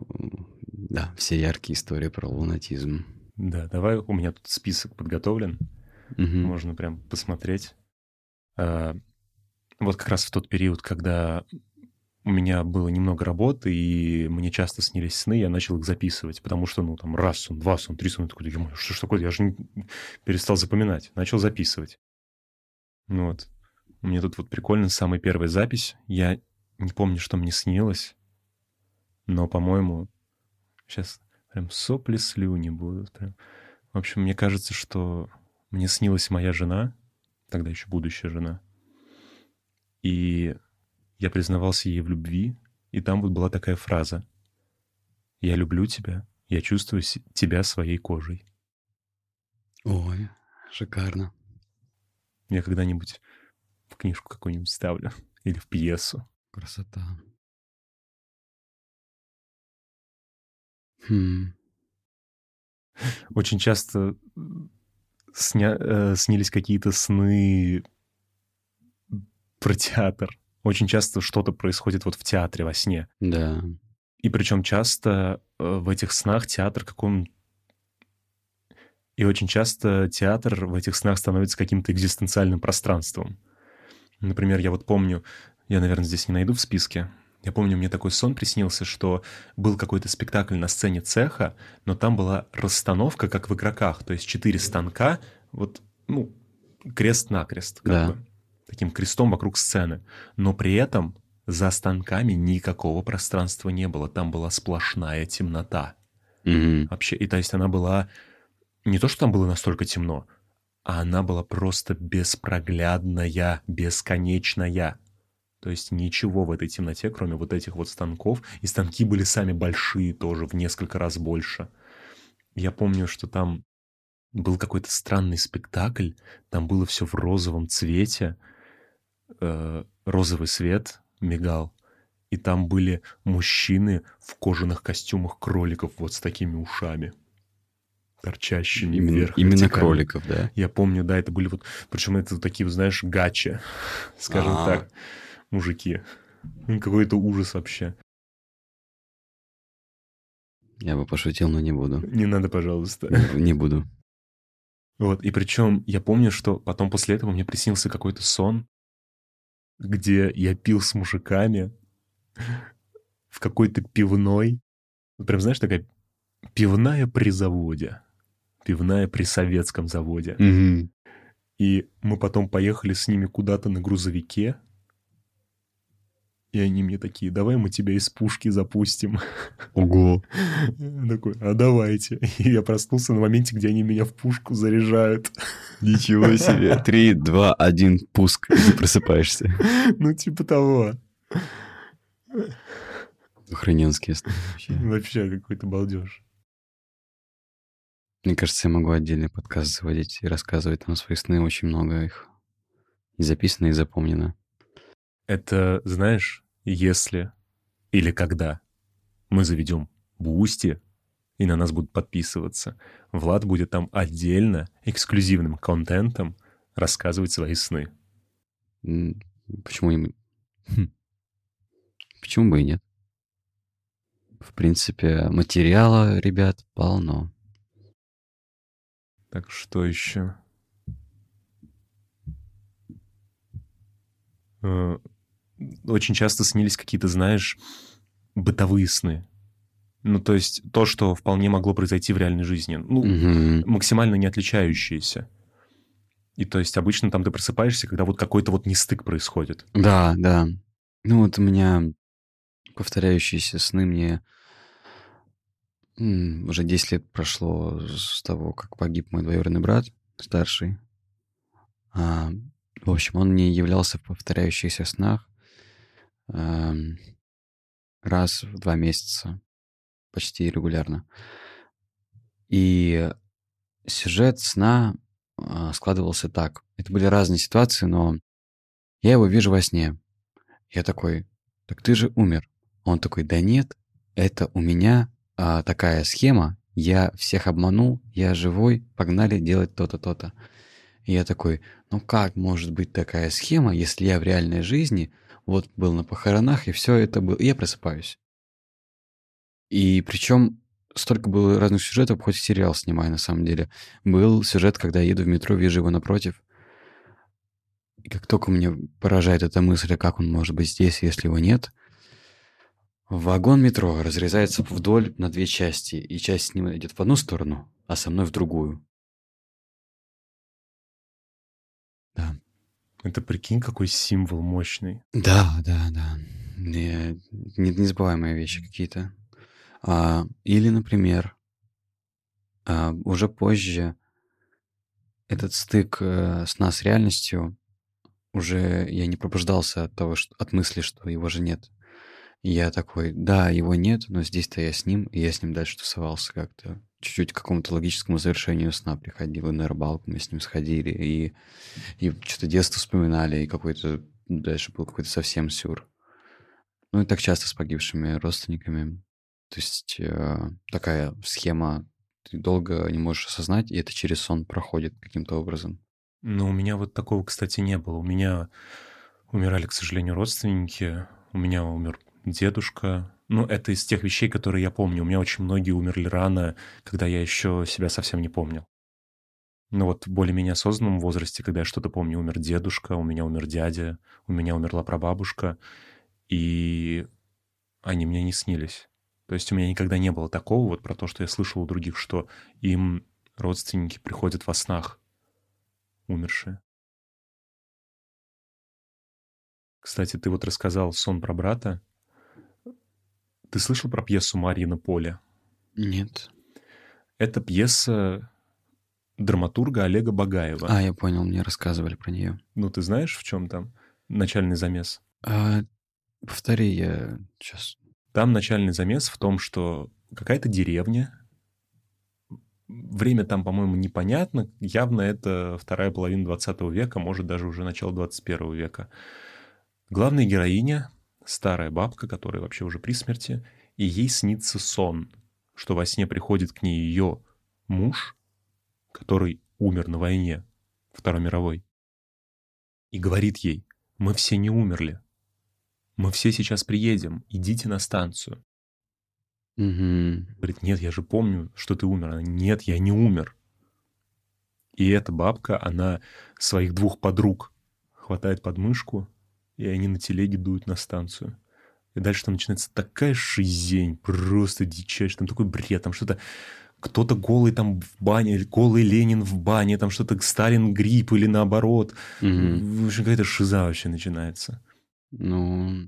яркие истории про лунатизм. Да, давай, у меня тут список подготовлен. Можно прям посмотреть. Вот как раз в тот период, когда у меня было немного работы, и мне часто снились сны, я начал их записывать, потому что, ну, там, раз сон, два сон, три сон, такой, что ж такое, я же перестал запоминать. Начал записывать. Ну вот. У меня тут вот прикольно, самая первая запись. Я не помню, что мне снилось, но, по-моему, сейчас прям сопли, слюни будут. Прям. В общем, мне кажется, что мне снилась моя жена, тогда еще будущая жена, и я признавался ей в любви, и там вот была такая фраза: «Я люблю тебя, я чувствую тебя своей кожей». Ой, шикарно. Я когда-нибудь в книжку какую-нибудь ставлю или в пьесу. Красота. Очень часто снились какие-то сны про театр. Очень часто что-то происходит вот в театре во сне. Да. И причем часто в этих снах И очень часто театр в этих снах становится каким-то экзистенциальным пространством. Например, я вот помню, я, наверное, здесь не найду в списке, я помню, мне такой сон приснился, что был какой-то спектакль на сцене цеха, но там была расстановка, как в игроках, то есть 4 станка, вот, крест-накрест, как бы, таким крестом вокруг сцены. Но при этом за станками никакого пространства не было, там была сплошная темнота. Вообще, и то есть она была... Не то, что там было настолько темно, а она была просто беспроглядная, бесконечная. То есть ничего в этой темноте, кроме вот этих вот станков. И станки были сами большие тоже, в несколько раз больше. Я помню, что там был какой-то странный спектакль. Там было все в розовом цвете. Розовый свет мигал. И там были мужчины в кожаных костюмах кроликов вот с такими ушами, торчащими вверх. Именно кроликов, да? Я помню, да, это были вот... Причем это такие, знаешь, гачи, скажем так, мужики. Какой-то ужас вообще. Я бы пошутил, но не буду. Не надо, пожалуйста. Не буду. Вот, и причем я помню, что потом после этого мне приснился какой-то сон, где я пил с мужиками в какой-то пивной. Прям, знаешь, такая пивная при заводе. Пивная при советском заводе. И мы потом поехали с ними куда-то на грузовике. И они мне такие: давай мы тебя из пушки запустим. Ого. Я такой: а давайте. И я проснулся на моменте, где они меня в пушку заряжают. Ничего себе. 3, 2, 1, пуск. И ты просыпаешься. Ну, типа того. Охрененские сны вообще. Вообще какой-то балдеж. Мне кажется, я могу отдельный подкаст заводить и рассказывать там свои сны. Очень много их и записано, и запомнено. Это, знаешь, если или когда мы заведем Boosty, и на нас будут подписываться, Влад будет там отдельно, эксклюзивным контентом рассказывать свои сны. Почему бы и нет? В принципе, материала, ребят, полно. Так, что еще? Очень часто снились какие-то, знаешь, бытовые сны. Ну, то есть то, что вполне могло произойти в реальной жизни. Максимально не отличающиеся. И то есть обычно там ты просыпаешься, когда вот какой-то вот нестык происходит. Да, да. Ну, вот у меня повторяющиеся сны мне... Уже 10 лет прошло с того, как погиб мой двоюродный брат, старший. В общем, он не являлся в повторяющихся снах раз в 2 месяца. Почти регулярно. И сюжет сна складывался так. Это были разные ситуации, но я его вижу во сне. Я такой: так ты же умер. Он такой: да нет, это у меня такая схема. Я всех обманул, я живой, погнали делать то-то, то-то. И я такой: ну как может быть такая схема, если я в реальной жизни вот был на похоронах, и все это было... И я просыпаюсь. И причем столько было разных сюжетов, хоть сериал снимаю на самом деле. Был сюжет, когда я еду в метро, вижу его напротив. И как только мне поражает эта мысль, как он может быть здесь, если его нет, вагон метро разрезается вдоль на 2 части, и часть с ним идет в одну сторону, а со мной в другую. Да. Это, прикинь, какой символ мощный. Да. Незабываемые вещи какие-то. Или, например, уже позже этот стык сна с реальностью, уже я не пробуждался от того, от мысли, что его же нет. И я такой: да, его нет, но здесь-то я с ним, и я с ним дальше тусовался как-то. Чуть-чуть к какому-то логическому завершению сна приходил, и на рыбалку мы с ним сходили, и что-то детство вспоминали, и какой-то дальше был какой-то совсем сюр. Ну и так часто с погибшими родственниками. То есть такая схема, ты долго не можешь осознать, и это через сон проходит каким-то образом. Но у меня вот такого, кстати, не было. У меня Умирали, к сожалению, родственники. У меня умер дедушка. Ну, это из тех вещей, которые я помню. У меня очень многие умерли рано, когда я еще себя совсем не помнил. Но вот в более-менее осознанном возрасте, когда я что-то помню, умер дедушка, у меня умер дядя, у меня умерла прабабушка, и они мне не снились. То есть у меня никогда не было такого вот про то, что я слышал у других, что им родственники приходят во снах умершие. Кстати, ты вот рассказал сон про брата. Ты слышал про пьесу «Марьино поле»? Нет. Это пьеса драматурга Олега Багаева. Я понял, мне рассказывали про нее. Ну, ты знаешь, в чем там начальный замес? Повтори, я сейчас... Там начальный замес в том, что какая-то деревня, время там, по-моему, непонятно, явно это вторая половина 20 века, может, даже уже начало 21 века. Главная героиня — старая бабка, которая вообще уже при смерти, и ей снится сон, что во сне приходит к ней ее муж, который умер на войне Второй мировой, и говорит ей: «Мы все не умерли. Мы все сейчас приедем, идите на станцию». Угу. Говорит: «Нет, я же помню, что ты умер». Она: «Нет, я не умер». И эта бабка, она своих двух подруг хватает под мышку, и они на телеге дуют на станцию. И дальше там начинается такая шизень, просто дичайшая, там такой бред, там что-то... Кто-то голый там в бане, голый Ленин в бане, там что-то Сталин грипп или наоборот. В общем, какая-то шиза вообще начинается. Ну...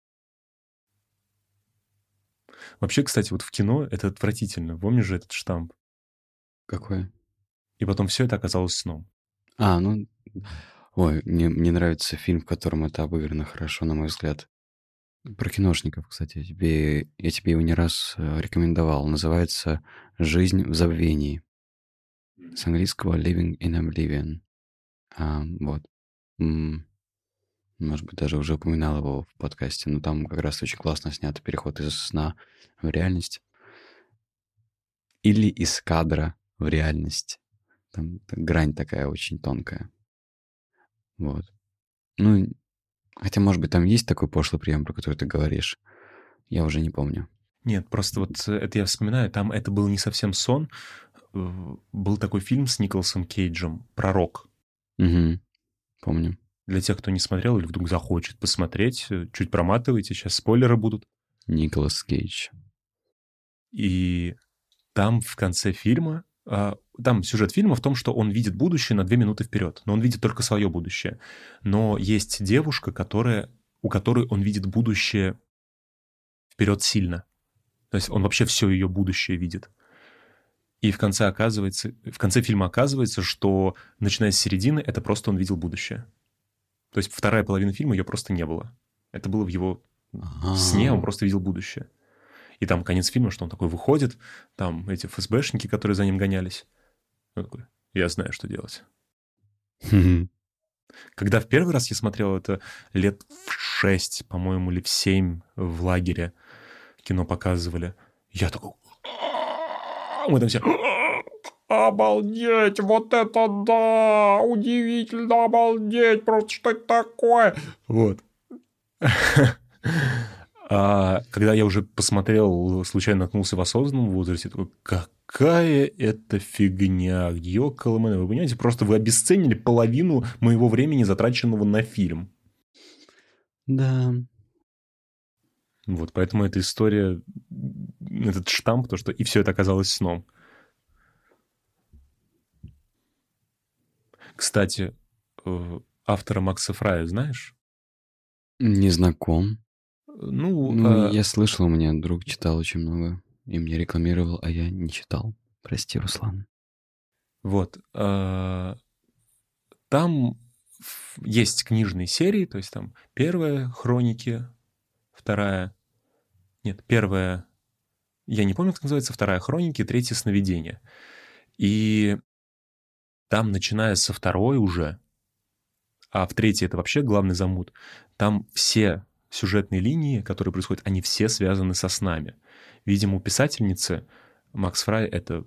Вообще, кстати, вот в кино это отвратительно. Помнишь же этот штамп? Какой? И потом все это оказалось сном. Ну... Ой, мне нравится фильм, в котором это обыграно хорошо, на мой взгляд. Про киношников, кстати. Я тебе его не раз рекомендовал. Называется «Жизнь в забвении». С английского «Living in Oblivion». Вот. Может быть, даже уже упоминал его в подкасте, но там как раз очень классно снят переход из сна в реальность. Или из кадра в реальность. Там грань такая очень тонкая. Вот. Ну, хотя, может быть, там есть такой пошлый прием, про который ты говоришь. Я уже не помню. Нет, просто вот это я вспоминаю, там это был не совсем сон. Был такой фильм с Николасом Кейджем «Пророк». Угу. Помню. Для тех, кто не смотрел или вдруг захочет посмотреть, чуть проматывайте, сейчас спойлеры будут. Николас Кейдж. И там в конце фильма... Там сюжет фильма в том, что он видит будущее на 2 минуты вперед, но он видит только свое будущее. Но есть девушка, у которой он видит будущее вперед сильно. То есть он вообще все ее будущее видит. И в конце фильма оказывается, что, начиная с середины, это просто он видел будущее. То есть вторая половина фильма ее просто не было. Это было в его сне, он просто видел будущее. И там конец фильма, что он такой выходит, там эти ФСБшники, которые за ним гонялись. Он такой: я знаю, что делать. Когда в первый раз я смотрел это лет в 6, по-моему, или в 7 в лагере кино показывали, я такой... Мы там все... Обалдеть, вот это да! Удивительно, обалдеть, просто что это такое? Вот. А когда я уже посмотрел, случайно наткнулся в осознанном возрасте, такой: какая это фигня, ёкалэмэне, вы понимаете, просто вы обесценили половину моего времени, затраченного на фильм. Да. Вот, поэтому эта история, этот штамп, то, что и все это оказалось сном. Кстати, автора Макса Фрая знаешь? Не знаком. Ну, я слышал, у меня друг читал очень много, и мне рекламировал, а я не читал. Прости, Руслан. Вот. Там есть книжные серии, то есть там первая «Хроники», вторая... Нет, первая... Я не помню, как называется, вторая «Хроники», третья «Сновидения». И там, начиная со второй уже, а в третьей это вообще главный замут, там все сюжетные линии, которые происходят, они все связаны со снами. Видимо, у писательницы Макс Фрай — это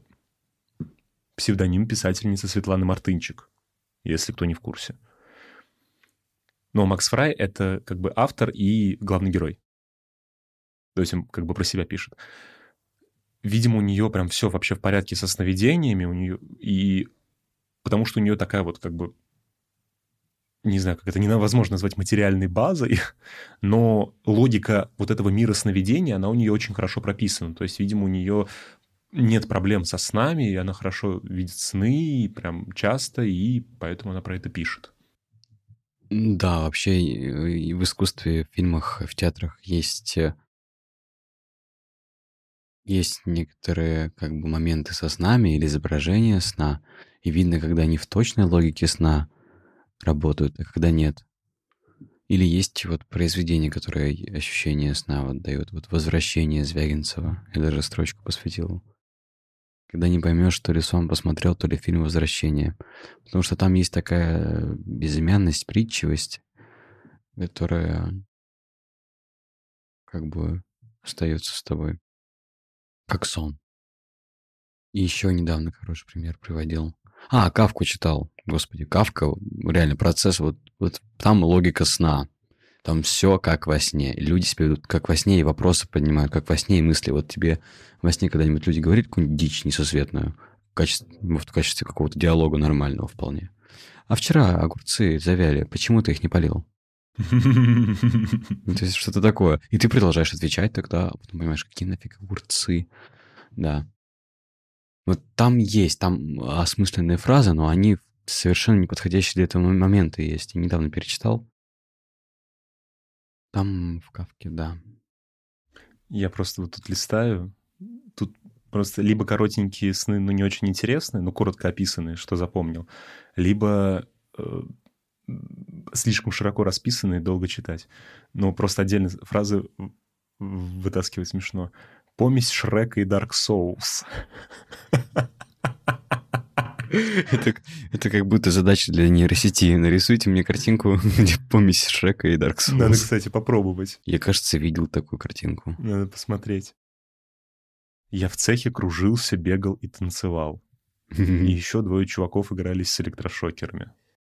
псевдоним писательницы Светланы Мартынчик, если кто не в курсе. Но Макс Фрай — это как бы автор и главный герой. То есть он как бы про себя пишет. Видимо, у нее прям все вообще в порядке со сновидениями, у нее и потому что у нее такая вот как бы, не знаю, как это невозможно назвать материальной базой, но логика вот этого мира сновидения, она у нее очень хорошо прописана. То есть, видимо, у нее нет проблем со снами, и она хорошо видит сны, и прям часто, и поэтому она про это пишет. Да, вообще и в искусстве, в фильмах, в театрах есть некоторые как бы моменты со снами или изображения сна, и видно, когда они в точной логике сна работают, а когда нет. Или есть вот произведение, которое ощущение сна вот дает. Вот «Возвращение» Звягинцева. Я даже строчку посвятил. Когда не поймешь, то ли сон посмотрел, то ли фильм «Возвращение». Потому что там есть такая безымянность, притчивость, которая как бы остается с тобой, как сон. И еще недавно хороший пример приводил. Кавку читал. Господи, Кавка, реально процесс, вот там логика сна. Там все как во сне. Люди себя ведут как во сне, и вопросы поднимают, как во сне, и мысли. Вот тебе во сне когда-нибудь люди говорят какую-нибудь дичь несусветную в качестве какого-то диалога нормального вполне. А вчера огурцы завяли, почему ты их не полил? То есть что-то такое. И ты продолжаешь отвечать тогда, а потом понимаешь, какие нафиг огурцы. Да. Вот там есть, там осмысленные фразы, но они совершенно не подходящие для этого момента есть. Я недавно перечитал. Там в Кавке, да. Я просто вот тут листаю, тут просто либо коротенькие сны, но не очень интересные, но коротко описанные, что запомнил, либо слишком широко расписанные, долго читать. Но просто отдельно фразы вытаскивать смешно. Помесь Шрека и Dark Souls. Это как будто задача для нейросети. Нарисуйте мне картинку, где помесь Шрека и Dark Souls. Надо, кстати, попробовать. Я, кажется, видел такую картинку. Надо посмотреть. Я в цехе кружился, бегал и танцевал. И еще 2 чуваков игрались с электрошокерами.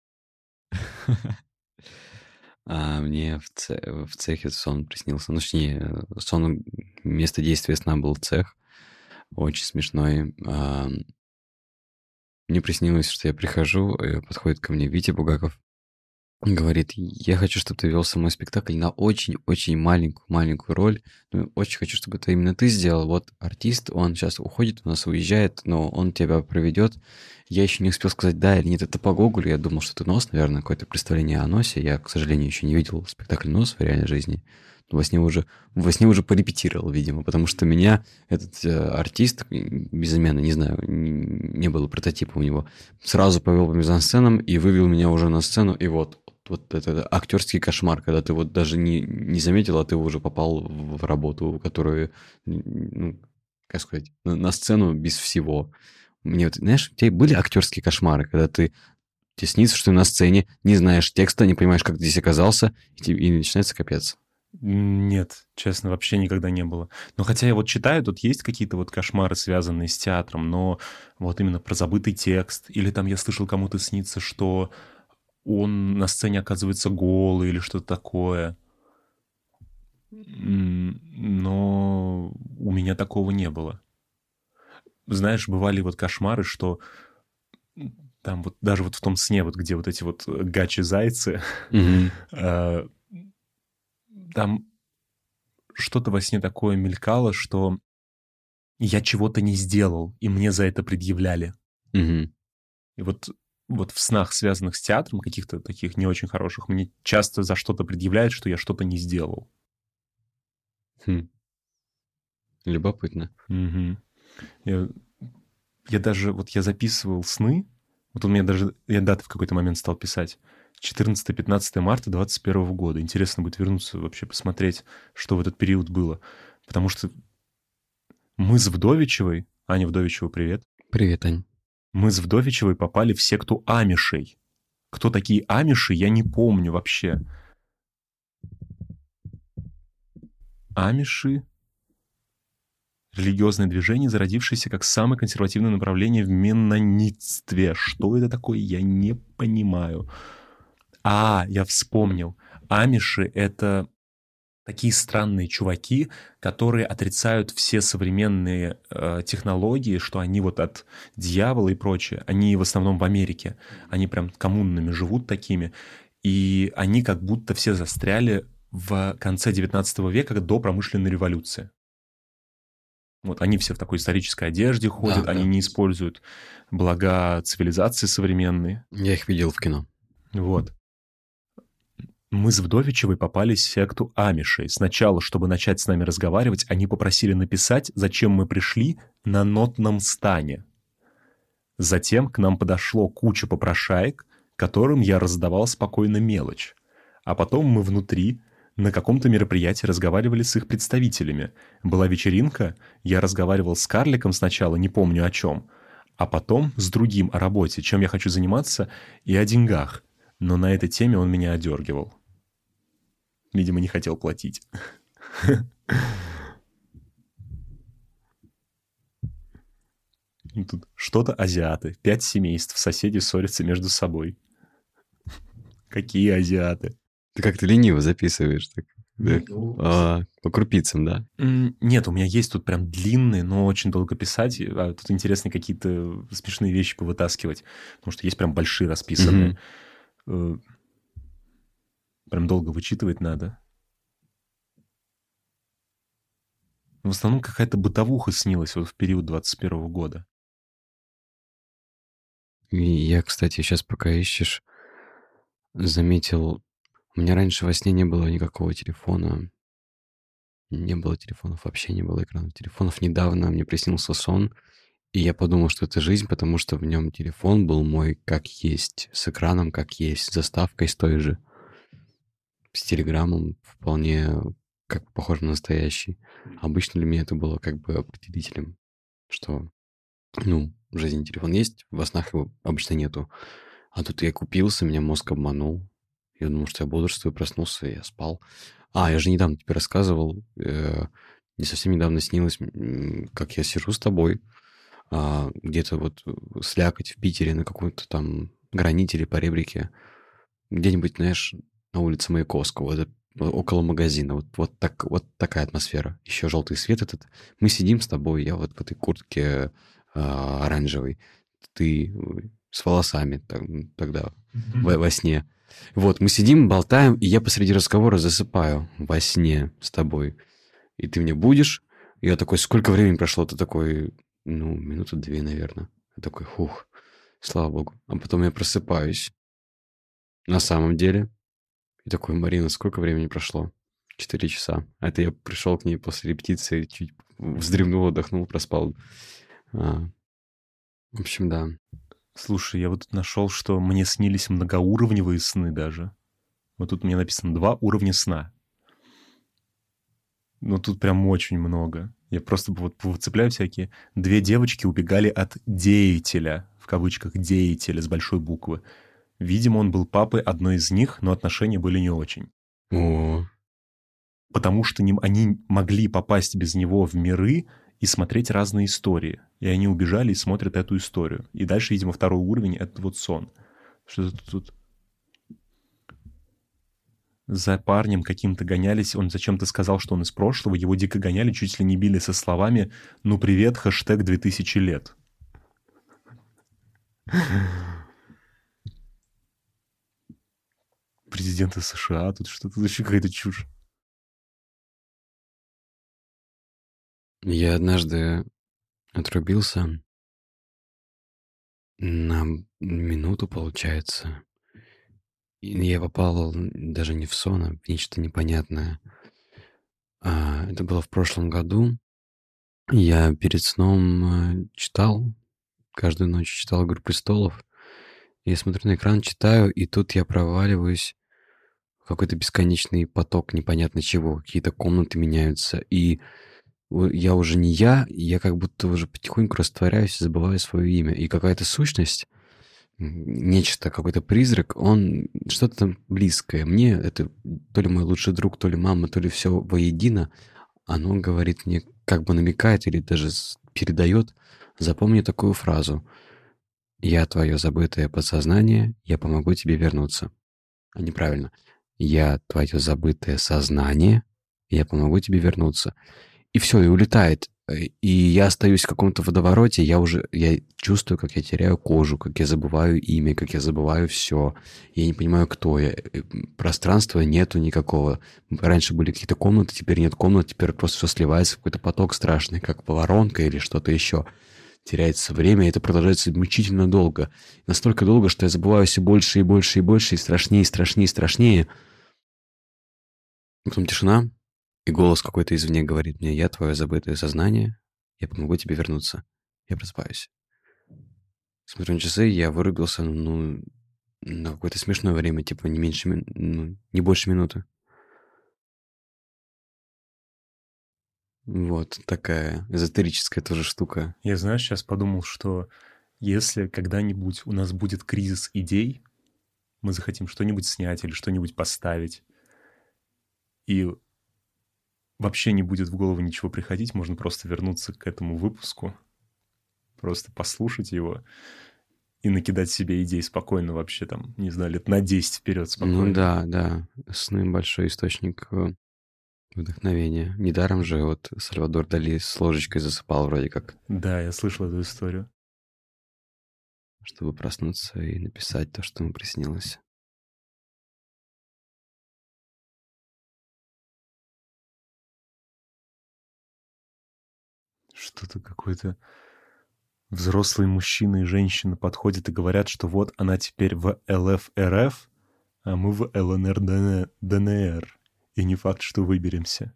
Мне в цехе сон приснился. Ну, точнее, сон, место действия сна был цех. Очень смешной. Мне приснилось, что я прихожу, и подходит ко мне Витя Бугаков. Говорит, я хочу, чтобы ты вел со мной спектакль на очень-очень маленькую роль. Ну, очень хочу, чтобы это именно ты сделал. Вот артист, он сейчас уходит, у нас уезжает, но он тебя проведет. Я еще не успел сказать да или нет, это по Гоголю. Я думал, что это «Нос», наверное, какое-то представление о носе. Я, к сожалению, еще не видел спектакль «Нос» в реальной жизни. Во сне уже порепетировал, видимо, потому что меня этот артист, безымянный, не знаю, не было прототипа у него, сразу повел по мизансценам и вывел меня уже на сцену, и вот это актерский кошмар, когда ты вот даже не заметил, а ты уже попал в работу, которую, ну, как сказать, на сцену без всего. Мне вот, знаешь, у тебя были актерские кошмары, когда тебе снится, что ты на сцене, не знаешь текста, не понимаешь, как ты здесь оказался, и начинается капец. Нет, честно, вообще никогда не было. Но хотя я вот читаю, тут есть какие-то вот кошмары, связанные с театром, но вот именно про забытый текст, или там я слышал, кому-то снится, что он на сцене оказывается голый или что-то такое. Но у меня такого не было. Знаешь, бывали вот кошмары, что там вот даже вот в том сне, вот где вот эти вот гачи-зайцы, там что-то во сне такое мелькало, что я чего-то не сделал, и мне за это предъявляли. И вот в снах, связанных с театром, каких-то таких не очень хороших, мне часто за что-то предъявляют, что я что-то не сделал. Любопытно. Я даже, вот я записывал сны, вот у меня даже, я даты в какой-то момент стал писать, 14-15 марта 2021 года. Интересно будет вернуться вообще посмотреть, что в этот период было. Потому что мы с Вдовичевой, Аня Вдовичева, привет. Привет, Ань. Мы с Вдовичевой попали в секту амишей. Кто такие амиши, я не помню вообще. Амиши — религиозное движение, зародившееся как самое консервативное направление в меннонитстве. Что это такое, я не понимаю. Я вспомнил. Амиши — это такие странные чуваки, которые отрицают все современные технологии, что они вот от дьявола и прочее. Они в основном в Америке. Они прям коммунными живут такими. И они как будто все застряли в конце 19 века до промышленной революции. Вот они все в такой исторической одежде ходят, Да, они да. не используют блага цивилизации современные. Я их видел в кино. Вот. Мы с Вдовичевой попали в секту амишей. Сначала, чтобы начать с нами разговаривать, они попросили написать, зачем мы пришли, на нотном стане. Затем к нам подошло куча попрошаек, которым я раздавал спокойно мелочь. А потом мы внутри на каком-то мероприятии разговаривали с их представителями. Была вечеринка, я разговаривал с карликом сначала, не помню о чем, а потом с другим о работе, чем я хочу заниматься, и о деньгах. Но на этой теме он меня одергивал. Видимо, не хотел платить. Тут что-то азиаты. 5 семейств, соседи ссорятся между собой. Какие азиаты? Ты как-то лениво записываешь так. По крупицам, да? Нет, у меня есть тут прям длинные, но очень долго писать. А тут интересно какие-то смешные вещи повытаскивать. Потому что есть прям большие расписанные. Прям долго вычитывать надо. В основном какая-то бытовуха снилась вот в период 21 года. И я, кстати, сейчас пока ищешь, заметил, у меня раньше во сне не было никакого телефона. Не было телефонов, вообще не было экранов телефонов. Недавно мне приснился сон, и я подумал, что это жизнь, потому что в нем телефон был мой как есть, с экраном как есть, с заставкой с той же, с телеграммом вполне как похож на настоящий. Обычно для меня это было как бы определителем, что, в жизни телефон есть, во снах его обычно нету. А тут я купился, меня мозг обманул. Я думал, что я бодрствую, проснулся, и я спал. Я же недавно тебе рассказывал, не совсем недавно снилось, как я сижу с тобой, где-то вот слякоть в Питере на какой-то там граните или поребрике, где-нибудь, знаешь, на улице Маяковского, это около магазина, вот такая атмосфера. Еще желтый свет этот. Мы сидим с тобой, я вот в этой куртке оранжевой, ты с волосами тогда во сне. Вот, мы сидим, болтаем, и я посреди разговора засыпаю во сне с тобой. И ты мне будешь. Я такой, сколько времени прошло? Ты такой, минуты 2, наверное. Я такой, слава богу. А потом я просыпаюсь. На самом деле. И такой, Марина, сколько времени прошло? 4 часа. А это я пришел к ней после репетиции, чуть вздремнул, отдохнул, проспал. В общем, да. Слушай, я вот тут нашел, что мне снились многоуровневые сны даже. Вот тут мне написано 2 уровня сна. Ну, тут прям очень много. Я просто вот выцепляю всякие. 2 девочки убегали от деятеля, в кавычках, деятеля с большой буквы. Видимо, он был папой одной из них, но отношения были не очень. Потому что они могли попасть без него в миры и смотреть разные истории. И они убежали и смотрят эту историю. И дальше, видимо, 2 уровень — это вот сон. Что-то тут... За парнем каким-то гонялись, он зачем-то сказал, что он из прошлого, его дико гоняли, чуть ли не били со словами «Ну привет, хэштег 2000 лет». Президенты США, тут что-то еще какая-то чушь. Я однажды отрубился на минуту, получается. И я попал даже не в сон, а в нечто непонятное. Это было в прошлом году. Я перед сном читал, каждую ночь читал «Игру престолов». Я смотрю на экран, читаю, и тут я проваливаюсь в какой-то бесконечный поток непонятно чего. Какие-то комнаты меняются, и я уже не я как будто уже потихоньку растворяюсь и забываю свое имя. И какая-то сущность, нечто, какой-то призрак, он что-то там близкое. Мне это то ли мой лучший друг, то ли мама, то ли все воедино. Оно говорит мне, как бы намекает или даже передает: запомни такую фразу: «Я твое забытое подсознание, я помогу тебе вернуться». А неправильно. Я твое забытое сознание, я помогу тебе вернуться. И все, и улетает. И я остаюсь в каком-то водовороте, я чувствую, как я теряю кожу, как я забываю имя, как я забываю все. Я не понимаю, кто я. Пространства нету никакого. Раньше были какие-то комнаты, теперь нет комнат, теперь просто все сливается в какой-то поток страшный, как воронка или что-то еще. Теряется время, и это продолжается мучительно долго. Настолько долго, что я забываю все больше и больше и больше, и страшнее, и страшнее, и страшнее. Потом тишина, и голос какой-то извне говорит мне: я твое забытое сознание, я помогу тебе вернуться. Я просыпаюсь. Смотрю на часы, я вырубился, на какое-то смешное время, типа не меньше, не больше минуты. Вот такая эзотерическая тоже штука. Я, знаешь, сейчас подумал, что если когда-нибудь у нас будет кризис идей, мы захотим что-нибудь снять или что-нибудь поставить, и вообще не будет в голову ничего приходить, можно просто вернуться к этому выпуску, просто послушать его и накидать себе идей спокойно вообще там, не знаю, лет на 10 вперед спокойно. Ну да. Сны — большой источник вдохновения. Недаром же вот Сальвадор Дали с ложечкой засыпал вроде как, Да, я слышал эту историю. чтобы проснуться и написать то, что ему приснилось. Что-то какой-то взрослый мужчина и женщина подходят и говорят, что вот она теперь в ЛФРФ, а мы в ЛНР ДНР. И не факт, что выберемся.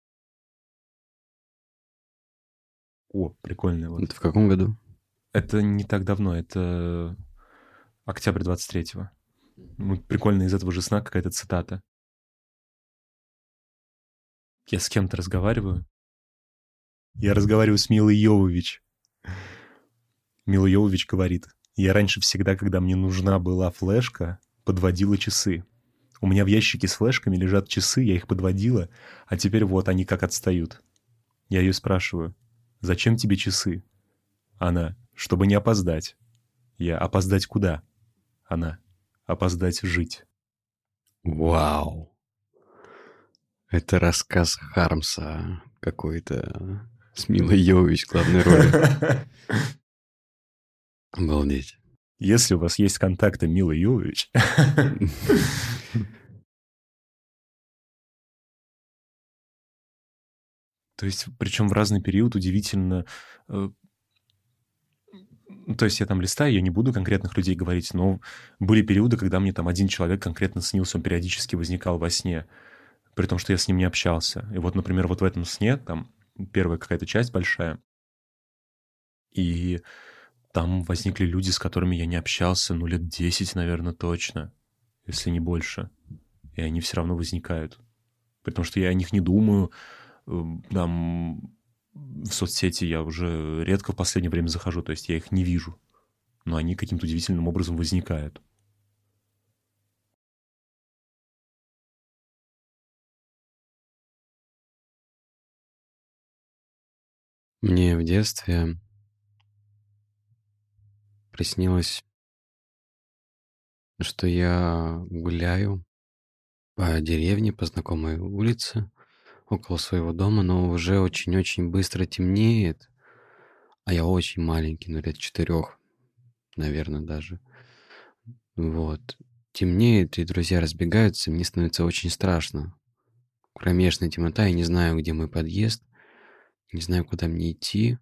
О, прикольно. Вот. Это в каком году? Это не так давно, это октябрь 23-го. Прикольно, из этого же сна какая-то цитата. Я с кем-то разговариваю. Я разговариваю с Милой Йовович. Мила Йовович говорит: я раньше всегда, когда мне нужна была флешка, подводила часы. У меня в ящике с флешками лежат часы, я их подводила, а теперь вот они как отстают. Я ее спрашиваю: зачем тебе часы? Она: чтобы не опоздать. Я: опоздать куда? Она: опоздать жить. Вау. Это рассказ Хармса какой-то с Милой Йовович в главной роли. Обалдеть. Если у вас есть контакты Милы Йовович... То есть, причем в разный период удивительно... То есть я там листаю, я не буду конкретных людей говорить, но были периоды, когда мне там один человек конкретно снился, он периодически возникал во сне, при том, что я с ним не общался. И вот, например, вот в этом сне, там первая какая-то часть большая, и там возникли люди, с которыми я не общался, лет 10, наверное, точно, если не больше. И они все равно возникают. Потому что я о них не думаю. Там в соцсети я уже редко в последнее время захожу, то есть я их не вижу. Но они каким-то удивительным образом возникают. Мне в детстве приснилось, что я гуляю по деревне, по знакомой улице, около своего дома, но уже очень-очень быстро темнеет, а я очень маленький, лет 4, наверное, даже. Вот. Темнеет, и друзья разбегаются, и мне становится очень страшно. Кромешная темнота, я не знаю, где мой подъезд, не знаю, куда мне идти.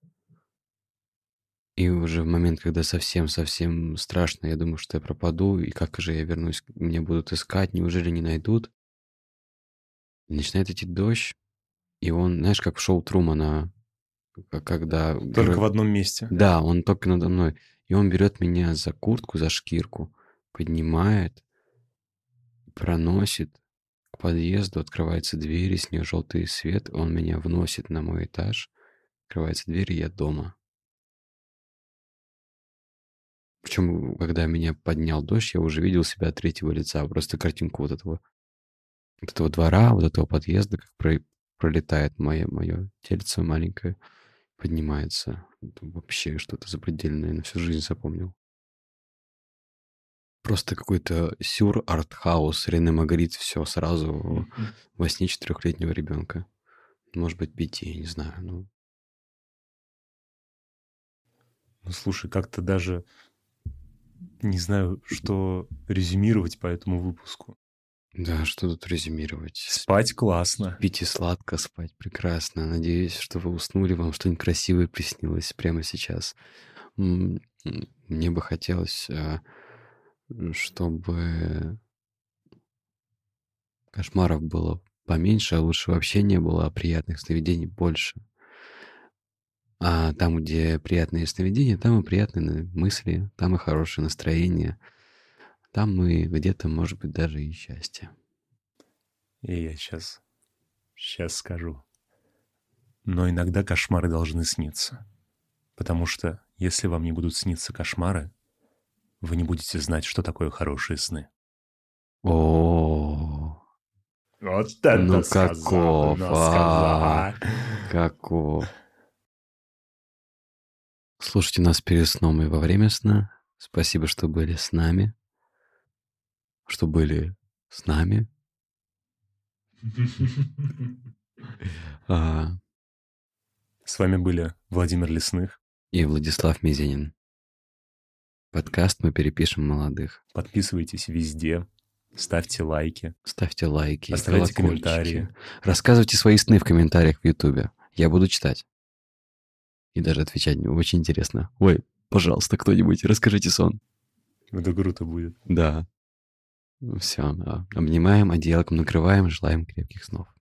И уже в момент, когда совсем-совсем страшно, я думаю, что я пропаду, и как же я вернусь, меня будут искать, неужели не найдут? И начинает идти дождь, и он, знаешь, как в шоу Трумана, когда Только в одном месте. Да, он только надо мной. И он берет меня за куртку, за шкирку, поднимает, проносит к подъезду, открывается дверь, и с нее желтый свет, он меня вносит на мой этаж, открывается дверь, и я дома. Причем, когда меня поднял дождь, я уже видел себя от третьего лица, просто картинку вот этого двора, вот этого подъезда, как пролетает мое тельце маленькое, поднимается. Это вообще что-то запредельное, на всю жизнь запомнил. Просто какой-то сюр, артхаус, Рене Магрит, все сразу во сне 4-летнего ребенка. Может быть, 5, я не знаю. Ну, Ну, слушай, как-то даже не знаю, что резюмировать по этому выпуску. да, что тут резюмировать? Спать классно. Спите сладко, спать прекрасно. Надеюсь, что вы уснули, вам что-нибудь красивое приснилось прямо сейчас. Мне бы хотелось, чтобы кошмаров было поменьше, а лучше вообще не было, а приятных сновидений больше. А там, где приятные сновидения, там и приятные мысли, там и хорошее настроение, там и где-то, может быть, даже и счастье. И я сейчас скажу. Но иногда кошмары должны сниться. Потому что если вам не будут сниться кошмары, вы не будете знать, что такое хорошие сны. О, Вот это ну сказал, каков, каков. Слушайте нас перед сном и во время сна. Спасибо, что были с нами. Что были с нами. С вами были Владимир Лесных и Владислав Мизенин. Подкаст «Мы перепишем молодых». Подписывайтесь везде, ставьте лайки. Ставьте лайки, оставляйте комментарии. Рассказывайте свои сны в комментариях в Ютубе. Я буду читать. И даже отвечать. Очень интересно. Ой, пожалуйста, кто-нибудь, расскажите сон. Это круто будет. Да. Все. Обнимаем, одеялком накрываем, желаем крепких снов.